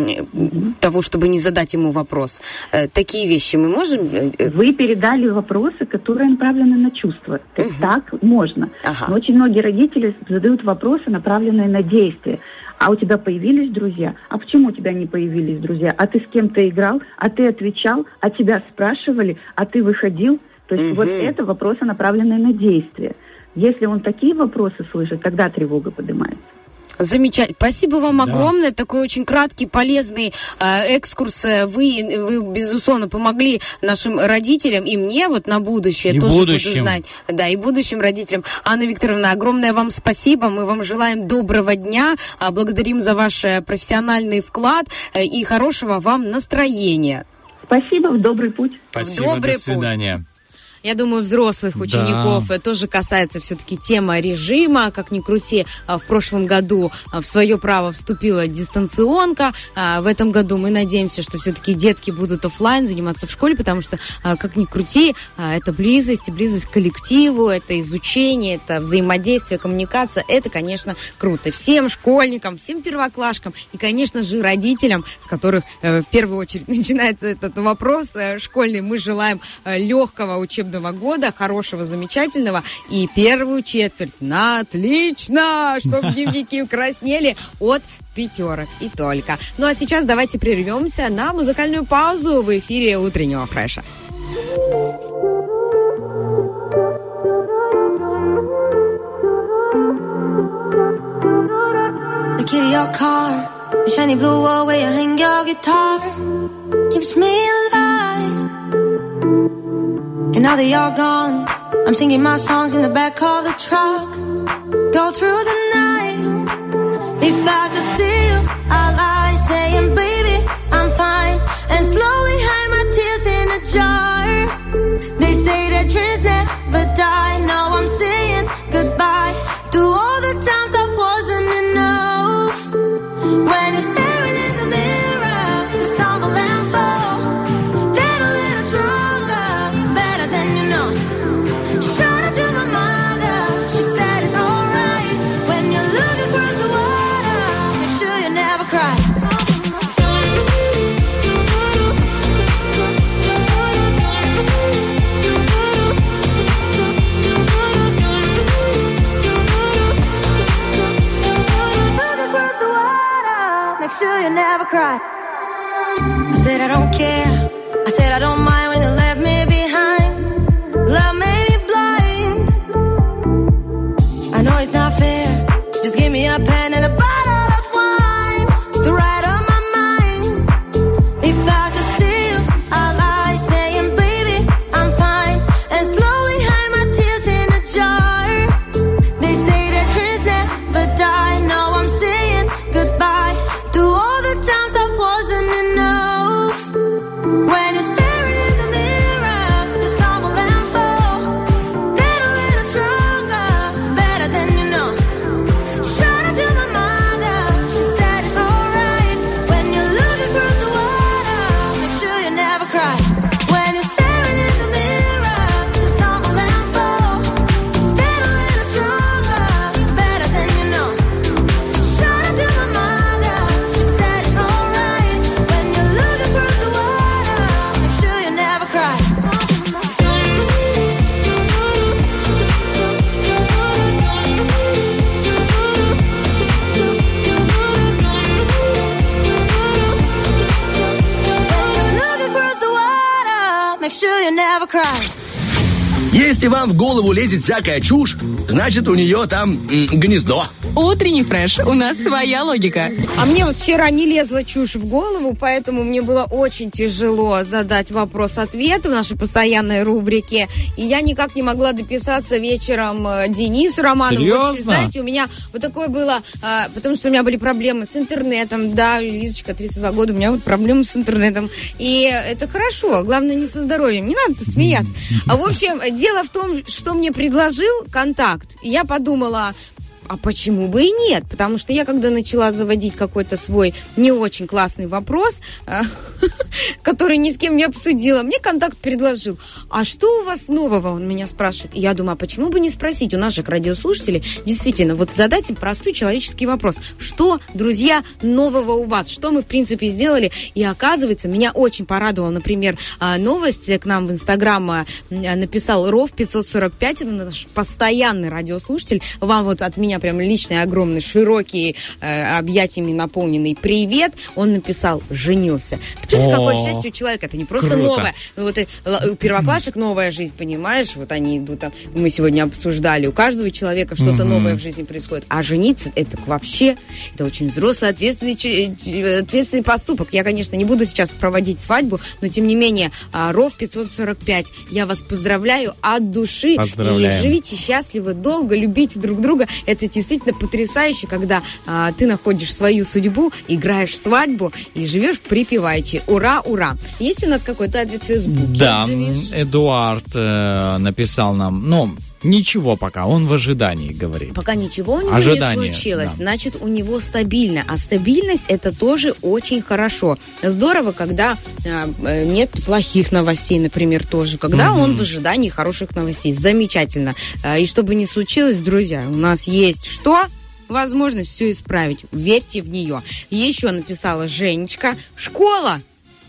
F: того, чтобы не задать ему вопрос. Такие вещи мы можем?
I: Вы передали вопросы, которые направлены на чувства. Так можно. Но очень многие родители задают вопросы, направленные на действия. А у тебя появились друзья? А почему у тебя не появились друзья? А ты с кем-то играл? А ты отвечал? А тебя спрашивали? А ты выходил? То есть вот это вопросы, направленные на действие. Если он такие вопросы слышит, тогда тревога поднимается.
F: Замечательно. Спасибо вам огромное. Такой очень краткий, полезный экскурс. Вы, безусловно, помогли нашим родителям и мне вот на будущее.
B: И
F: тоже
B: будущим.
F: буду знать. Да, и будущим родителям. Анна Викторовна, огромное вам спасибо. Мы вам желаем доброго дня. Благодарим за ваш профессиональный вклад и хорошего вам настроения.
I: Спасибо, в добрый путь.
B: Спасибо, до свидания.
F: Я думаю, взрослых учеников тоже касается все-таки тема режима. Как ни крути, в прошлом году в свое право вступила дистанционка. В этом году мы надеемся, что все-таки детки будут офлайн заниматься в школе, потому что, как ни крути, это близость к коллективу, это изучение, это взаимодействие, коммуникация. Это, конечно, круто. Всем школьникам, всем первоклашкам и, конечно же, родителям, с которых в первую очередь начинается этот вопрос школьный, мы желаем легкого учебного года, хорошего, замечательного, и первую четверть на отлично, чтобы дневники краснели от 5 и только. Ну а сейчас давайте прервемся на музыкальную паузу в эфире утреннего фреша.
J: The key to your car, the shiny blue wall where you hang your guitar, keeps me alive. And now that you're gone, I'm singing my songs in the back of the truck. Go through the night. If I could see you, I'll lie saying, baby, I'm fine. And slowly hide my tears in a jar. They say that dreams never die. Now I'm saying goodbye to all the times I wasn't enough. When you're staring in the mirror, you stumble and fall. Then a little stronger, better than you know. Shout out to my mother, she said it's alright. When you look across the water, make sure you never cry. Sure you never cry. I said I don't care. I said I don't mind when you left me behind. Love made me blind. I know it's not fair. Just give me a pen and a bottle of wine to write on my mind. If I could see you, I'll lie saying, baby, I'm fine. And slowly hide my tears in a jar. They say that dreams never die. Now I'm saying goodbye to all the times I wasn't enough. When you're staring in the mirror, you stumble and fall. Then a little stronger, better than you know. Shout out to my mother, she said it's alright. When you look across the water, make sure you never cry. When you're staring in the mirror, you stumble and fall. Then a little stronger, better than you know. Shout out to my mother, she said it's alright. When you look across the water, make sure you never cry. Look across the water, make sure you never cry.
A: Если вам в голову лезет всякая чушь, значит, у нее там гнездо.
H: Утренний фреш. У нас своя логика.
F: А мне вот вчера не лезла чушь в голову, поэтому мне было очень тяжело задать вопрос-ответ в нашей постоянной рубрике. И я никак не могла дописаться вечером Денису Романову.
B: Серьезно?
F: Вот, знаете, у меня вот такое было, потому что у меня были проблемы с интернетом. Да, Лизочка, 32 года, у меня вот проблемы с интернетом. И это хорошо, главное не со здоровьем. Не надо смеяться. А в общем, дело в том, что мне предложил контакт. Я подумала, а почему бы и нет? Потому что я, когда начала заводить какой-то свой не очень классный вопрос, который ни с кем не обсудила, мне контакт предложил. А что у вас нового? Он меня спрашивает. И я думаю, а почему бы не спросить у наших радиослушателей? Действительно, вот задать им простой человеческий вопрос. Что, друзья, нового у вас? Что мы, в принципе, сделали? И оказывается, меня очень порадовала, например, новость. К нам в Инстаграм написал Ров 545. Это наш постоянный радиослушатель. Вам вот от меня прям личный, огромный, широкий, объятиями наполненный привет. Он написал, женился. Представляете, какое счастье у человека. Это не просто
B: круто.
F: новое. Вот у первоклашек новая жизнь, понимаешь? Вот они идут там, мы сегодня обсуждали. У каждого человека что-то новое в жизни происходит. А жениться, это вообще, это очень взрослый, ответственный поступок. Я, конечно, не буду сейчас проводить свадьбу, но, тем не менее, Ров 545, я вас поздравляю от души.
B: Поздравляем.
F: И живите счастливо, долго, любите друг друга. Это действительно потрясающе, когда ты находишь свою судьбу, играешь свадьбу и живешь припеваючи. Ура, ура! Есть у нас какой-то ответ в Фейсбуке?
B: Да,
F: Денис?
B: Эдуард написал нам, ничего пока, он в ожидании, говорит.
F: Пока ничего у него
B: Ожидание,
F: не случилось,
B: да.
F: значит, у него стабильно. А стабильность это тоже очень хорошо. Здорово, когда нет плохих новостей, например, тоже. Когда он в ожидании хороших новостей. Замечательно. И чтобы не случилось, друзья, у нас есть что? Возможность все исправить. Верьте в нее. Еще написала Женечка. Школа.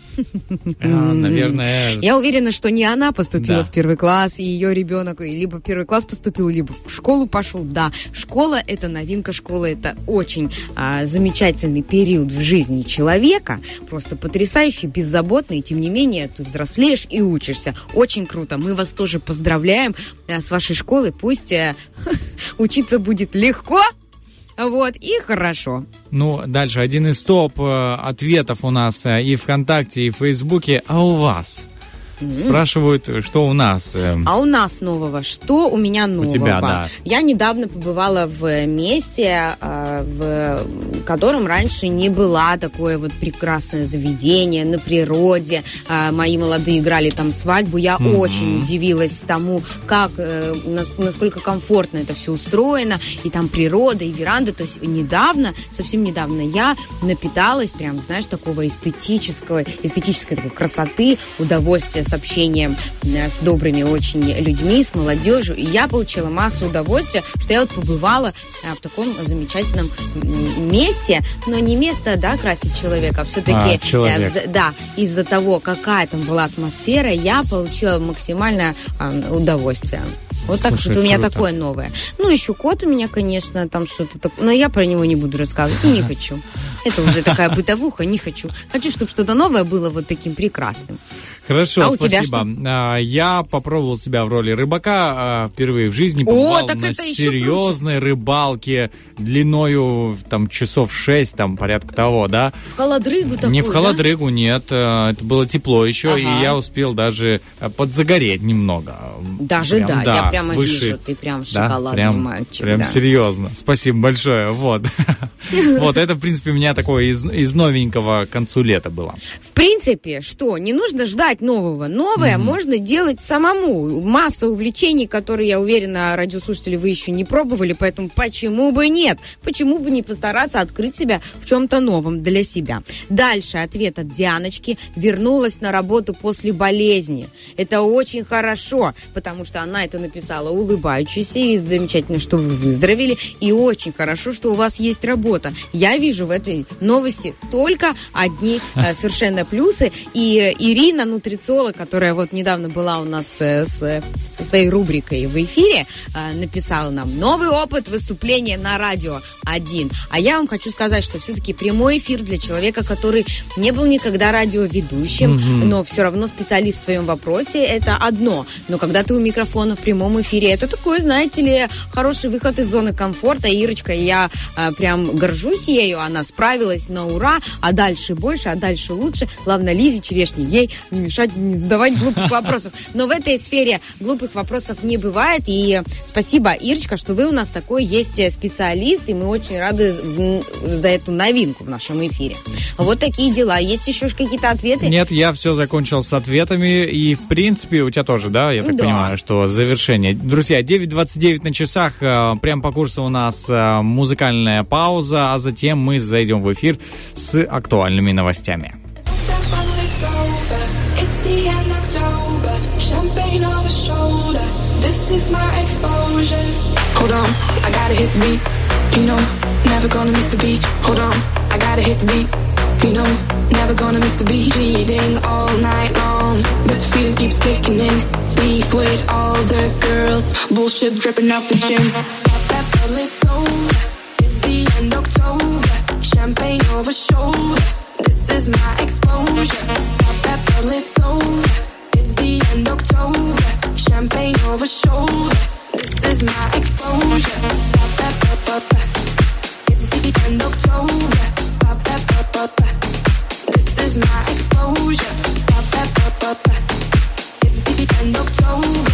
B: Наверное...
F: Я уверена, что не она поступила
B: Да.
F: в первый класс, и ее ребенок либо в первый класс поступил, либо в школу пошел. Да, школа – это новинка, школа – это очень замечательный период в жизни человека, просто потрясающий, беззаботный, и тем не менее ты взрослеешь и учишься. Очень круто. Мы вас тоже поздравляем с вашей школой. Пусть учиться будет легко, вот, и хорошо.
B: Дальше один из топ ответов у нас и ВКонтакте, и в Фейсбуке. А у вас? Спрашивают, что у нас.
F: А у нас нового? Что у меня нового?
B: У тебя, да.
F: Я недавно побывала в месте, в котором раньше не была, такое вот прекрасное заведение на природе. Мои молодые играли там свадьбу. Я очень удивилась тому, как, насколько комфортно это все устроено. И там природа, и веранда. То есть совсем недавно я напиталась прям, знаешь, такого эстетической такой красоты, удовольствия с общением с добрыми очень людьми, с молодежью. И я получила массу удовольствия, что я вот побывала в таком замечательном месте, но не место, да, красит человека, а все-таки из-за того, какая там была атмосфера, я получила максимальное удовольствие. Вот так.
B: Слушай,
F: что у меня
B: круто.
F: такое новое. Ну, еще кот у меня, конечно, там что-то такое. Но я про него не буду рассказывать. И не хочу. Это уже такая бытовуха, не хочу. Хочу, чтобы что-то новое было вот таким прекрасным.
B: Хорошо,
F: А у тебя
B: спасибо. Я попробовал себя в роли рыбака впервые в жизни. Побывал
F: так
B: на
F: это еще
B: серьезной рыбалке длиною там часов 6, там порядка того, да.
F: В холодрыгу такую,
B: Не в холодрыгу, нет. Это было тепло еще, и я успел даже подзагореть немного.
F: Даже
B: прям,
F: я прямо вижу, ты прям шоколадный мальчик.
B: Прям серьезно. Спасибо большое. Вот. Вот, это, в принципе, у меня такое из новенького к концу лета было.
F: В принципе, что, не нужно ждать нового. Новое можно делать самому. Масса увлечений, которые, я уверена, радиослушатели, вы еще не пробовали, поэтому почему бы нет? Почему бы не постараться открыть себя в чем-то новом для себя? Дальше ответ от Дианочки. Вернулась на работу после болезни. Это очень хорошо, потому что она это написала улыбающейся, и замечательно, что вы выздоровели, и очень хорошо, что у вас есть работа. Я вижу в этой новости только одни совершенно плюсы. И Ирина, нутрициолог, которая вот недавно была у нас со своей рубрикой в эфире, написала нам: новый опыт выступления на радио 1. А я вам хочу сказать, что все-таки прямой эфир для человека, который не был никогда радиоведущим, но все равно специалист в своем вопросе, это одно. Но когда ты у микрофона в прямом эфире, это такой, знаете ли, хороший выход из зоны комфорта. Ирочка, я прям горжусь ею, она справилась на ура, а дальше больше, а дальше лучше. Главное, Лизе Черешне, ей не мешать, не задавать глупых вопросов. Но в этой сфере глупых вопросов не бывает. И спасибо, Ирочка, что вы у нас такой есть специалист, и мы очень рады за эту новинку в нашем эфире. Вот такие дела. Есть еще какие-то ответы?
B: Нет, я все закончил с ответами. И, в принципе, у тебя тоже, да? Я так понимаю, что завершение. Друзья, 9:29 на часах. Прямо по курсу у нас музыкальная пауза, а затем мы зайдем в эфир с актуальными новостями.
K: Hold on, I gotta hit the beat. You know, never gonna miss the beat. Hold on, I gotta hit the beat. You know, never gonna miss the beat. Bleeding all night long, but the feeling keeps kicking in. Beef with all the girls, bullshit dripping out the chin. That bullet's over, it's the end of October. Champagne over shoulder, this is my exposure. That bullet's over, it's the end of October. Champagne over shoulder, this is my exposure. It's the end of October. This is my exposure. It's the end of October.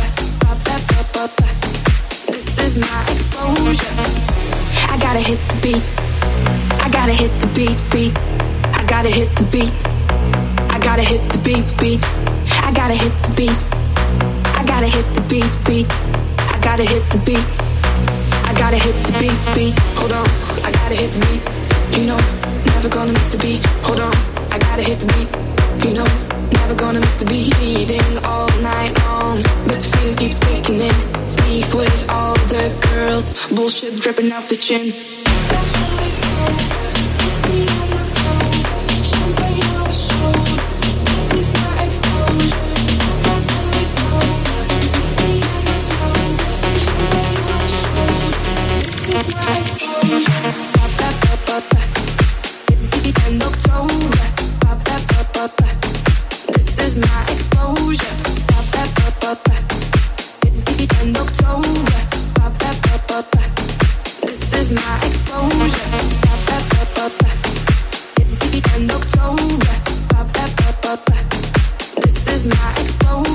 K: This is my exposure. I gotta hit the beat. I gotta hit the beat. I gotta hit the beat. I gotta hit the beat. I gotta hit the beat. I gotta hit the beat. I gotta hit the beat. I gotta hit the beat. Hold on, I gotta hit the beat. You know, never gonna miss the beat. Hold on, I gotta hit the beat. You know, never gonna miss the beat. Bleeding all night long, but the feeling keeps kicking in. Beef with all the girls, bullshit dripping off the chin. It's the end of October. This is my exposure.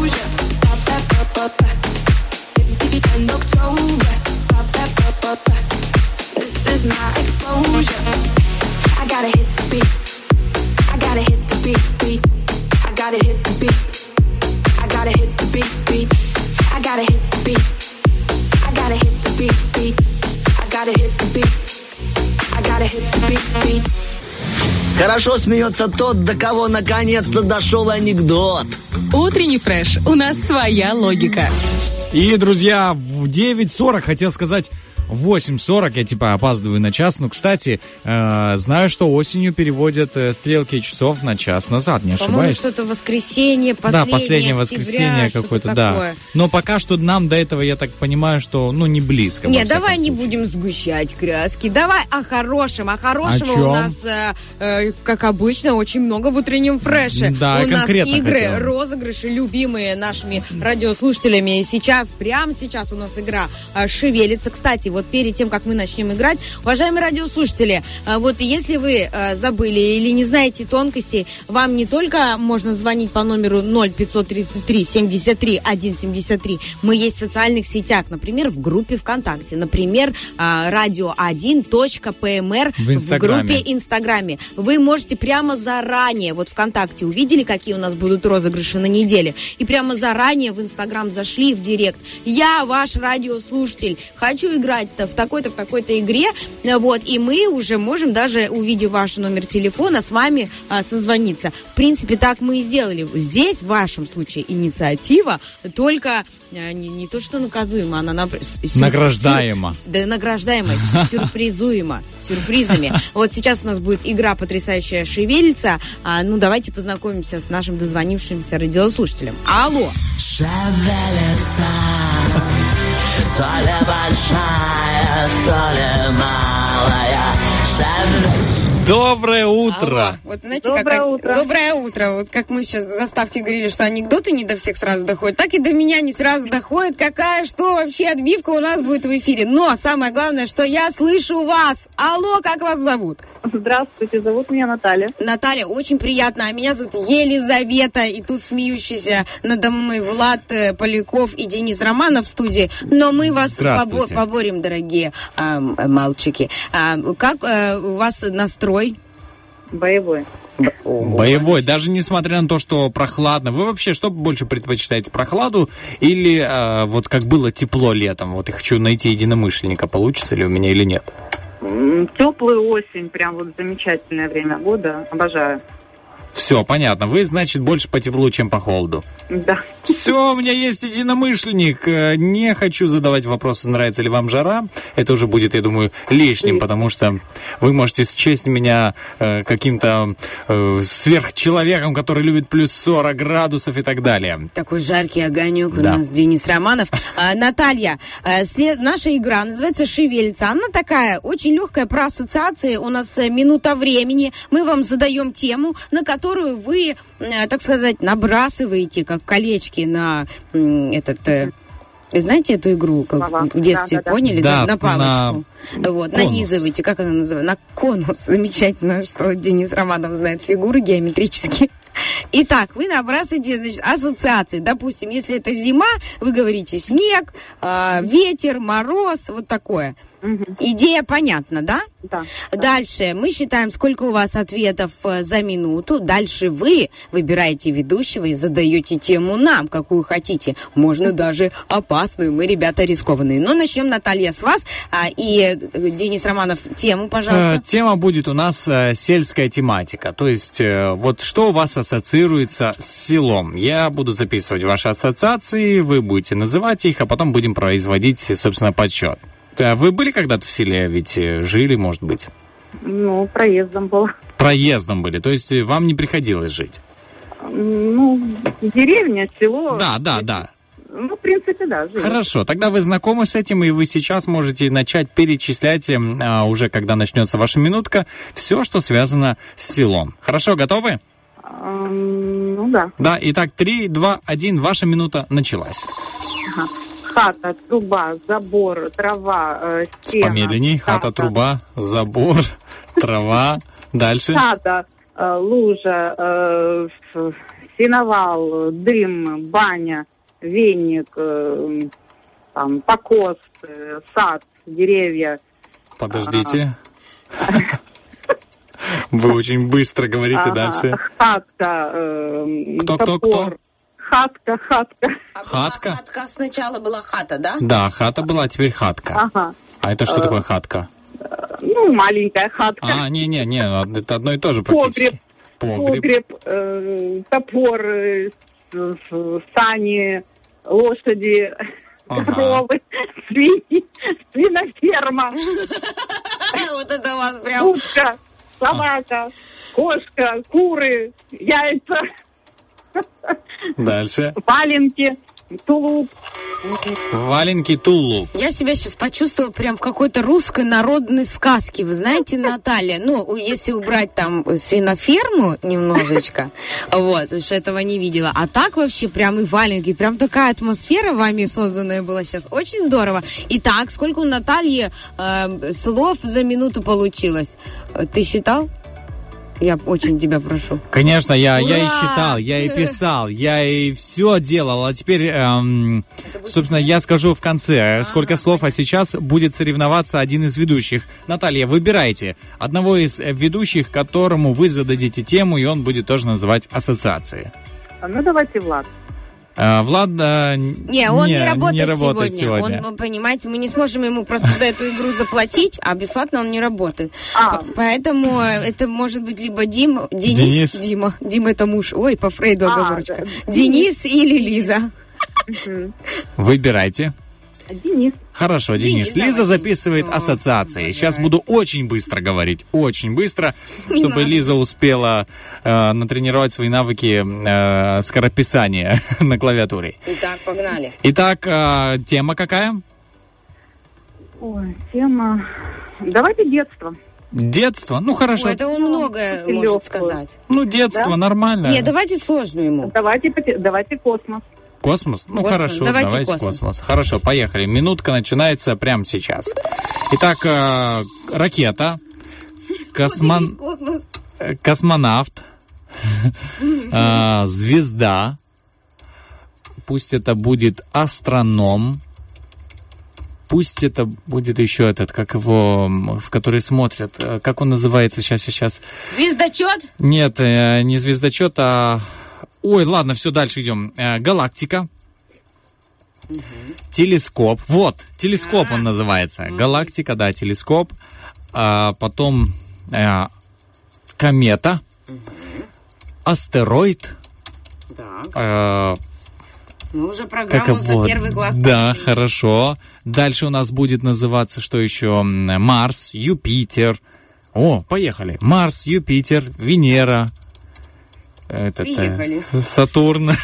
K: gotta hit the beat, beat. I gotta hit the beat. I gotta hit the beat, beat. I gotta hit the beat. I gotta hit the beat, beat. I gotta hit the beat. I gotta hit the beat, beat.
A: Хорошо смеется тот, до кого наконец-то дошел анекдот.
H: Утренний фреш. У нас своя логика.
B: И, друзья, в 9:40 хотел сказать... В 8:40 я типа опаздываю на час. Ну, кстати, знаю, что осенью переводят стрелки часов на час назад, не ошибаюсь.
F: По-моему, что-то воскресенье, последнее.
B: Да, последнее воскресенье какое-то, да.
F: Такое.
B: Но пока что нам до этого, я так понимаю, что, ну, не близко.
F: Нет, давай не будем сгущать краски. Давай о хорошем. О хорошем у нас, как обычно, очень много в утреннем фреше.
B: Да,
F: у нас игры,
B: хотел.
F: розыгрыши, любимые нашими радиослушателями. И сейчас, прямо сейчас у нас игра «Шевелится». Кстати, вот перед тем, как мы начнем играть, уважаемые радиослушатели, вот если вы забыли или не знаете тонкостей, вам не только можно звонить по номеру 0533 73 173, мы есть в социальных сетях, например, в группе ВКонтакте, например, radio1.pmr в группе Инстаграме. Вы можете прямо заранее, вот ВКонтакте увидели, какие у нас будут розыгрыши на неделе, и прямо заранее в Инстаграм зашли в директ. Я ваш радиослушатель, хочу играть в такой-то игре, вот, и мы уже можем, даже увидев ваш номер телефона, с вами созвониться. В принципе, так мы и сделали. Здесь, в вашем случае, инициатива только не то, что наказуема, она
B: награждаема.
F: Да, награждаема, сюрпризуема, сюрпризами. Вот сейчас у нас будет игра потрясающая «Шевелится». Ну, давайте познакомимся с нашим дозвонившимся радиослушателем. Алло!
A: Шевелится, то ли большая, то ли малая,
B: Доброе утро!
F: Алло. Вот знаете, доброе утро. Вот как мы сейчас в заставке говорили, что анекдоты не до всех сразу доходят, так и до меня не сразу доходит. Что вообще отбивка у нас будет в эфире. Но самое главное, что я слышу вас. Алло, как вас зовут?
L: Здравствуйте, зовут меня Наталья.
F: Наталья, очень приятно. А меня зовут Елизавета. И тут смеющийся надо мной Влад Поляков и Денис Романов в студии. Но мы вас поборем, дорогие мальчики. Как у вас настрой?
L: Боевой.
B: Боевой, даже несмотря на то, что прохладно. Вы вообще что больше предпочитаете, прохладу или вот как было тепло летом? Вот я хочу найти единомышленника, получится ли у меня или нет?
L: Теплую осень, прям вот замечательное время года, обожаю.
B: Все, понятно. Вы, значит, больше по теплу, чем по холоду.
L: Да.
B: Все, у меня есть единомышленник. Не хочу задавать вопросы, нравится ли вам жара. Это уже будет, я думаю, лишним, потому что вы можете счесть меня каким-то сверхчеловеком, который любит плюс 40 градусов и так далее.
F: Такой жаркий огонек у нас Денис Романов. Наталья, наша игра называется «Шевелится». Она такая, очень легкая, про ассоциации. У нас минута времени. Мы вам задаем тему, на которую вы, так сказать, набрасываете, как колечки на знаете эту игру, как в детстве, поняли? Да, на палочку. Вот, нанизываете, как она называется? На конус. Замечательно, что Денис Романов знает фигуры геометрические. Итак, вы набрасываете, значит, ассоциации. Допустим, если это зима, вы говорите снег, ветер, мороз, вот такое. Идея понятна, да?
L: Да.
F: Дальше мы считаем, сколько у вас ответов за минуту. Дальше вы выбираете ведущего и задаете тему нам, какую хотите. Можно даже опасную. Мы, ребята, рискованные. Но начнем, Наталья, с вас. И Денис Романов, тему, пожалуйста.
B: Тема будет у нас сельская тематика. То есть, вот что у вас ассоциируется с селом. Я буду записывать ваши ассоциации, вы будете называть их, а потом будем производить, собственно, подсчет. Вы были когда-то в селе, ведь жили, может быть?
L: Ну, проездом было.
B: Проездом были, то есть вам не приходилось жить?
L: Ну, деревня, село.
B: Да.
L: Ну, в принципе, да. Жили.
B: Хорошо, тогда вы знакомы с этим, и вы сейчас можете начать перечислять, уже когда начнется ваша минутка, все, что связано с селом. Хорошо, готовы?
L: Ну, да.
B: Да, итак, 3, 2, 1, ваша минута началась.
L: Ага. Хата, труба, забор, трава, стена.
B: Помедленней. Хата, труба, забор, трава. Дальше.
L: Хата, лужа, сеновал, дым, баня, веник, там, покос, сад, деревья.
B: Подождите. Вы очень быстро говорите дальше.
L: Хатка.
B: Кто?
L: Хатка.
B: Хатка?
F: Хатка сначала была хата, да?
B: Да, хата была, а теперь хатка.
L: Ага.
B: А это что такое хатка?
L: Ну, маленькая хатка.
B: Не, это одно и то же практически.
L: Погреб, топор, сани, лошади, коровы, свиньи, свиноферма.
F: Вот это у вас прям...
L: Утка, собака, кошка, куры, яйца.
B: Дальше.
L: Валенки, тулуп.
B: Валенки, тулуп.
F: Я себя сейчас почувствовала прям в какой-то русской народной сказке. Вы знаете, Наталья, ну, если убрать там свиноферму немножечко, вот, потому что этого не видела. А так вообще прям и валенки, прям такая атмосфера вами созданная была сейчас. Очень здорово. Итак, сколько у Натальи слов за минуту получилось? Ты считал? Я очень тебя прошу.
B: Конечно, я и считал, я и писал, я и все делал. А теперь, собственно, я скажу в конце, сколько слов, а сейчас будет соревноваться один из ведущих. Наталья, выбирайте одного из ведущих, которому вы зададите тему, и он будет тоже называть ассоциации.
L: Ну, давайте Влад.
B: Влад...
F: Не, он не работает сегодня. Он, понимаете, мы не сможем ему просто за эту игру заплатить, а бесплатно он не работает. Поэтому это может быть либо Дима, Дима это муж, ой, по Фрейду оговорочка. Да. Денис или Лиза.
B: Выбирайте.
L: Денис.
B: Хорошо, Денис. Лиза записывает ассоциации. Сейчас буду очень быстро говорить. Очень быстро, чтобы Лиза успела натренировать свои навыки скорописания на клавиатуре.
F: Итак, погнали.
B: Итак, тема какая?
L: Ой, тема... Давайте детство.
B: Детство? Ну, хорошо.
F: Это он многое может сказать.
B: Ну, детство, да? Нормально.
F: Нет, давайте сложную ему.
L: Давайте космос.
B: Космос? Ну, хорошо, давайте космос. Хорошо, поехали. Минутка начинается прямо сейчас. Итак, ракета, космонавт, звезда, пусть это будет астроном, пусть это будет еще этот, как его, в который смотрят, как он называется сейчас.
F: Звездочет?
B: Нет, не звездочет, а... Ой, ладно, все, дальше идем. Галактика. Телескоп. Вот, телескоп он называется. Галактика, да, телескоп. Потом комета. Астероид.
F: Мы уже программу за первый класс.
B: Да, хорошо. Дальше у нас будет называться, что еще? Марс, Юпитер. О, поехали. Марс, Юпитер, Венера. Сатурн.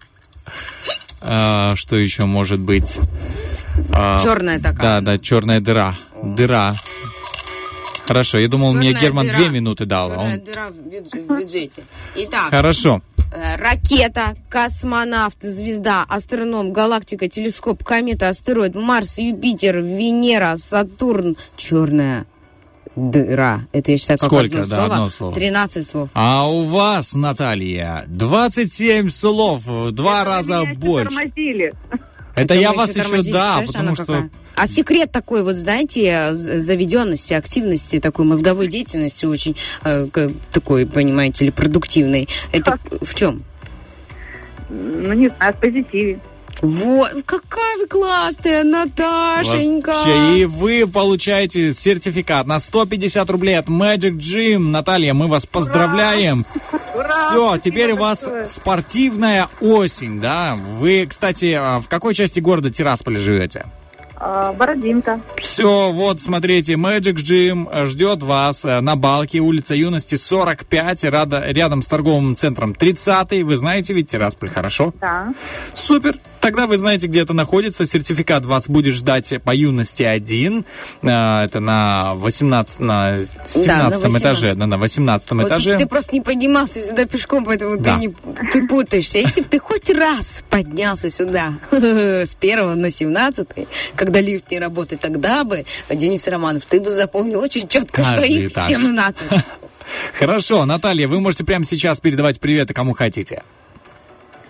B: Что еще может быть?
F: Черная такая.
B: Да, черная дыра. Дыра. Хорошо, я думал, мне Герман 2 минуты дал.
F: Черная дыра в бюджете. Итак.
B: Хорошо.
F: Ракета, космонавт, звезда, астроном, галактика, телескоп, комета, астероид, Марс, Юпитер, Венера, Сатурн, черная дыра. Это я считаю как
B: сколько?
F: одно слово. 13 слов.
B: А у вас, Наталья, 27 слов, в 2 раза больше.
L: Тормозили.
B: Это я вас еще, да, потому что...
F: Какая? А секрет такой, вот знаете, заведенности, активности, такой мозговой деятельности очень такой, понимаете ли, продуктивной. Это в чем?
L: Ну, не знаю, в позитиве.
F: Вот, какая вы классная, Наташенька.
B: Вообще, и вы получаете сертификат на 150 рублей от Magic Gym. Наталья, мы вас поздравляем. Все, теперь у вас спортивная осень, да? Вы, кстати, в какой части города Тирасполя живете?
L: Бородинка.
B: Все, вот, смотрите, Magic Gym ждет вас на Балке, улица Юности, 45, рядом с торговым центром 30. Вы знаете ведь Тирасполь, хорошо?
L: Да.
B: Супер. Тогда вы знаете, где это находится. Сертификат вас будет ждать по Юности 1. Это на 17 этаже. Да, на 18
F: вот
B: этаже.
F: Ты просто не поднимался сюда пешком, поэтому да. ты путаешься. Если бы ты хоть раз поднялся сюда с 1 на 17, когда лифт не работает, тогда бы, Денис Романов, ты бы запомнил очень четко, что их 17.
B: Хорошо, Наталья, вы можете прямо сейчас передавать приветы кому хотите.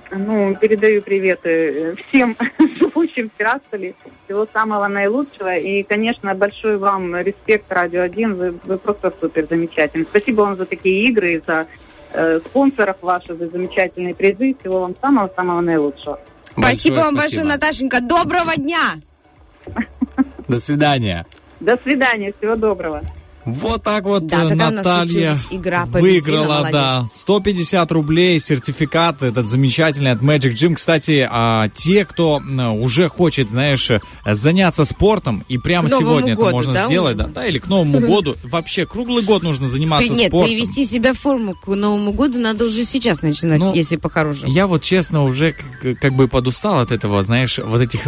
L: Передаю приветы всем живущим в Тирасполе. Всего самого наилучшего. И, конечно, большой вам респект, Радио 1. Вы просто супер замечательны. Спасибо вам за такие игры, за спонсоров ваших, за замечательные призы. Всего вам самого-самого наилучшего.
F: Спасибо вам большое, Наташенька. Доброго дня!
B: До свидания.
L: До свидания. Всего доброго.
B: Вот так вот
F: Наталья
B: выиграла, 150 рублей, сертификат этот замечательный от Magic Gym. Кстати, те, кто уже хочет, заняться спортом, и прямо сегодня это можно сделать, или к Новому году, вообще круглый год нужно заниматься спортом.
F: Привести себя в форму к Новому году надо уже сейчас начинать, если по-хорошему.
B: Я вот честно уже подустал от этого, вот этих,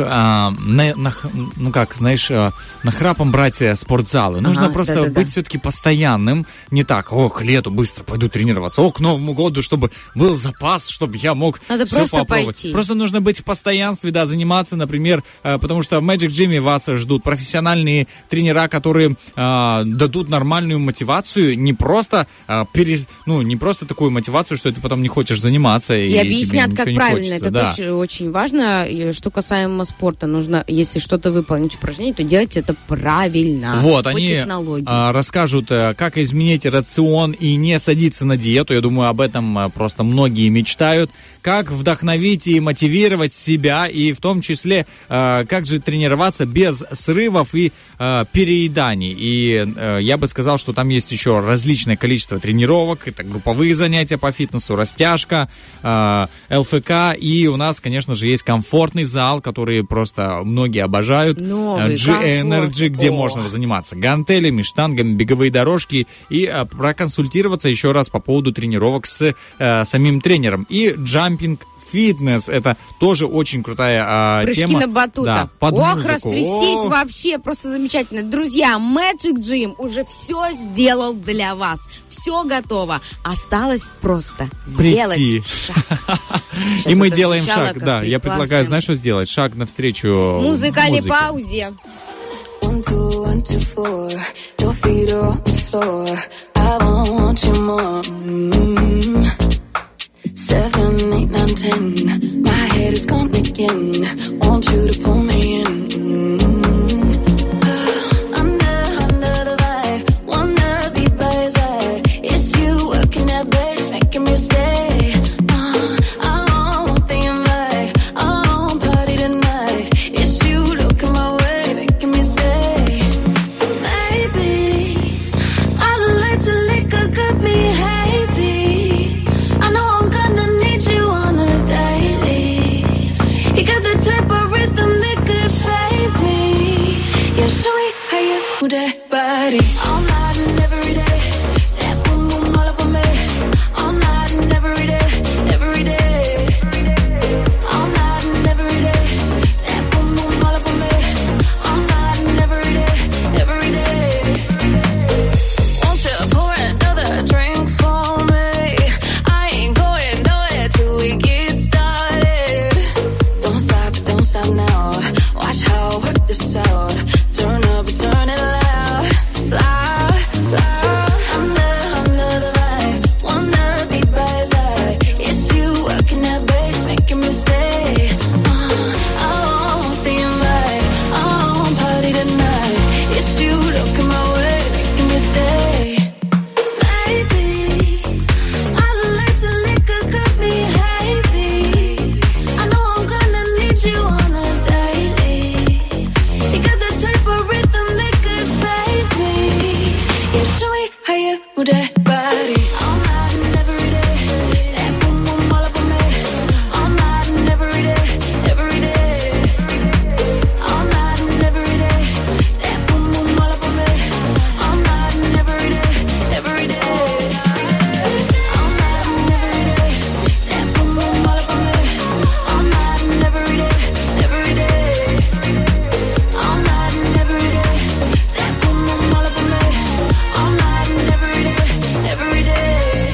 B: нахрапом брать спортзалы. Нужно просто быть все-таки постоянным, не так, к лету быстро пойду тренироваться, к Новому году, чтобы был запас, чтобы я мог
F: надо
B: все
F: просто
B: попробовать.
F: Пойти.
B: Просто нужно быть в постоянстве, заниматься, например, потому что в Magic Gym вас ждут профессиональные тренера, которые дадут нормальную мотивацию, не просто такую мотивацию, что ты потом не хочешь заниматься.
F: И объяснят, как правильно. Это тоже очень важно. И что касаемо спорта, нужно, если что-то выполнить упражнение, то делать это правильно.
B: Вот,
F: по
B: они
F: технологии.
B: Расскажут, как изменить рацион и не садиться на диету. Я думаю, об этом просто многие мечтают. Как вдохновить и мотивировать себя, и в том числе, как же тренироваться без срывов и перееданий. И я бы сказал, что там есть еще различное количество тренировок. Это групповые занятия по фитнесу, растяжка, ЛФК. И у нас, конечно же, есть комфортный зал, который просто многие обожают. G-Energy, где можно заниматься гантелями, штангами, беговые дорожки и проконсультироваться еще раз по поводу тренировок с самим тренером. И Jumping Fitness, это тоже очень крутая
F: прыжки
B: тема.
F: На батутах.
B: Под музыку.
F: Растрястись вообще, просто замечательно. Друзья, Magic Gym уже все сделал для вас. Все готово. Осталось просто сделать шаг.
B: И мы делаем шаг, я предлагаю, знаешь, что сделать? Шаг навстречу
F: музыкальной паузе.
K: 1, 2, 1, 2, 4. Your feet are on the floor. I want you more. 7, 8, 9, 10. My head is gone again. Want you to pull me in. Under the vibe. Wanna be by your side. It's you working that bass, making me stay. I want the invite. I want party tonight. It's you looking my way, making me stay. Maybe all the lights and liquor got me hazy. I know I'm gonna need you on the daily. You got the type of rhythm that could faze me. Yeah, show me how you do that body. All night and every day. That boom boom all up on me. All night and every day, every day. All night and every day. That boom boom all up on me. All night and every day, every day. Won't you pour another drink for me? I ain't going nowhere till we get started. Don't stop now. Watch how I work this out. Turn up and turn it loud, loud, loud. Under the vibe. Wanna be by your side. It's you working that bass, making me stay. I want the invite. I want party tonight. It's you looking my way, making me stay. Maybe all the lights and liquor got me hazy. I know I'm gonna need you on the daily. You got the type of rhythm that could faze me. Yeah, show me how you move that body. All night and every day. That boom boom all up on me. All night and every day, every day. All night and every day. That boom boom all up on me. All night and every day, every day. All night and every day. That boom boom all up on me. All night and every day, every day. All night and every day. That boom boom all up on me. All night and every day, every day.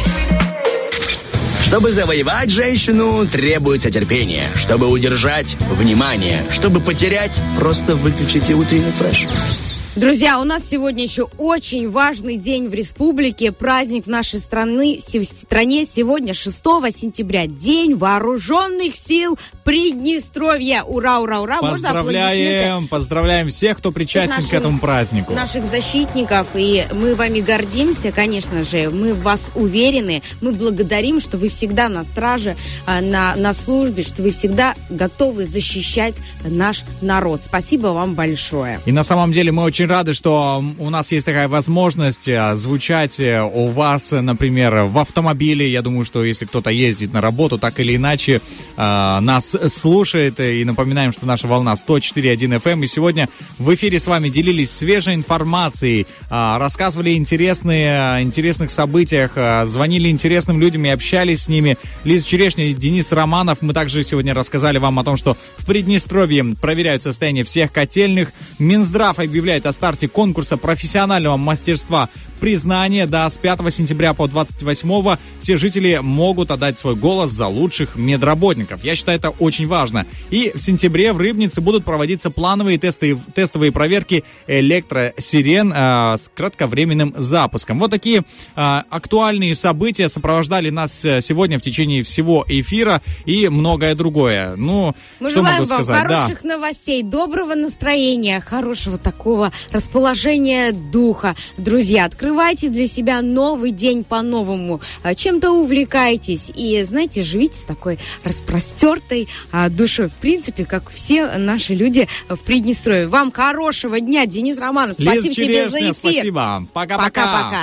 A: Чтобы завоевать женщину, требуется терпение. Чтобы удержать — внимание. Чтобы потерять — просто выключите утренний фреш.
F: Друзья, у нас сегодня еще очень важный день в республике, праздник в нашей стране сегодня 6 сентября, День Вооруженных сил Приднестровья. Ура, ура, ура!
B: Поздравляем всех, кто причастен к этому празднику.
F: Наших защитников, и мы вами гордимся, конечно же, мы в вас уверены, мы благодарим, что вы всегда на страже, на службе, что вы всегда готовы защищать наш народ. Спасибо вам большое.
B: И на самом деле мы очень рады, что у нас есть такая возможность звучать у вас, например, в автомобиле. Я думаю, что если кто-то ездит на работу, так или иначе нас слушает. И напоминаем, что наша волна 104.1 FM. И сегодня в эфире с вами делились свежей информацией, рассказывали о интересных событиях, звонили интересным людям и общались с ними. Лиза Черешня и Денис Романов. Мы также сегодня рассказали вам о том, что в Приднестровье проверяют состояние всех котельных. Минздрав объявляет о старте конкурса профессионального мастерства признания. Да, с 5 сентября по 28 все жители могут отдать свой голос за лучших медработников. Я считаю, это очень важно. И в сентябре в Рыбнице будут проводиться плановые тестовые проверки электросирен с кратковременным запуском. Вот такие актуальные события сопровождали нас сегодня в течение всего эфира и многое другое. Ну,
F: мы
B: что
F: желаем
B: могу
F: вам
B: сказать?
F: хороших новостей, доброго настроения, хорошего такого расположения духа. Друзья, открывайте для себя новый день по-новому, чем-то увлекайтесь и, знаете, живите с такой распростертой душой, в принципе, как все наши люди в Приднестровье. Вам хорошего дня, Денис Романов. Спасибо тебе за эфир.
B: Спасибо. Пока-пока.
F: Пока-пока.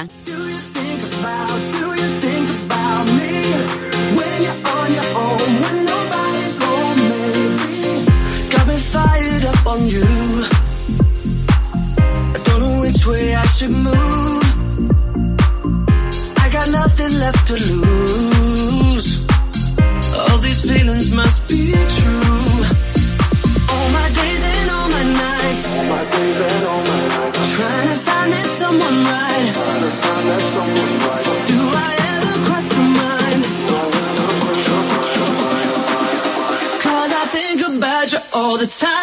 C: On you, I don't know which way I should move. I got nothing left to lose. All these feelings must be true. All my days and all my nights, trying to find that someone right. Do I ever cross your mind? 'Cause I think about you all the time.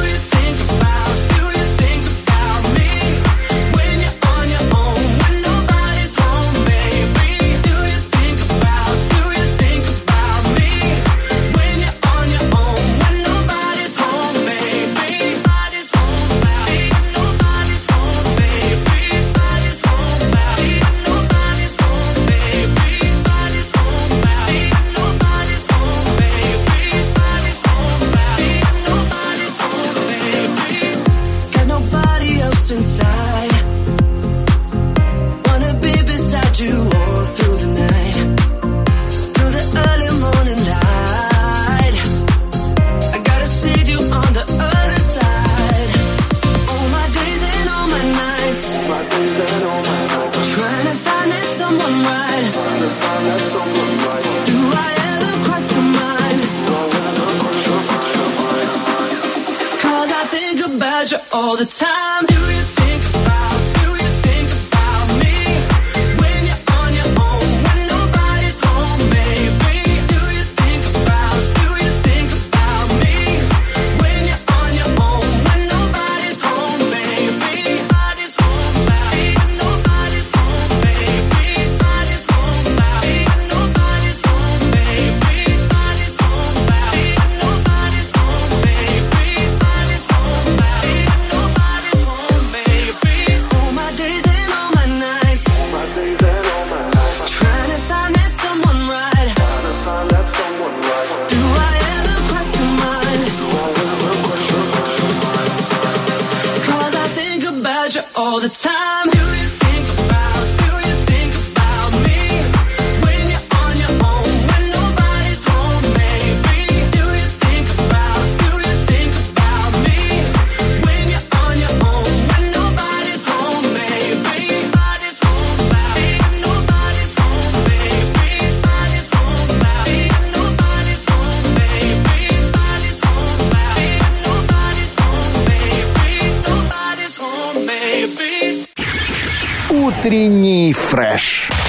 C: All the time. Do you think about me when you're on your own, when nobody's home, baby? Do you think about me when you're on your own, when nobody's home, baby? Nobody's home, baby. Nobody's home, baby. Nobody's home, baby. Nobody's home, baby. Nobody's home, baby. Nobody's home, baby. Nobody's home, baby. All my days and all my nights, trying to find that someone right. Do I ever cross your mind? 'Cause I think about you all the time. Do you think about me when you're on your own, when nobody's home, baby? Do you think about me when you're on your own, when nobody's home, baby? Nobody's home, baby. Nobody's home, baby. Nobody's home, baby. Nobody's home, baby. Nobody's home, baby. Nobody's home, baby. Nobody's home, baby.
A: Утренний фреш.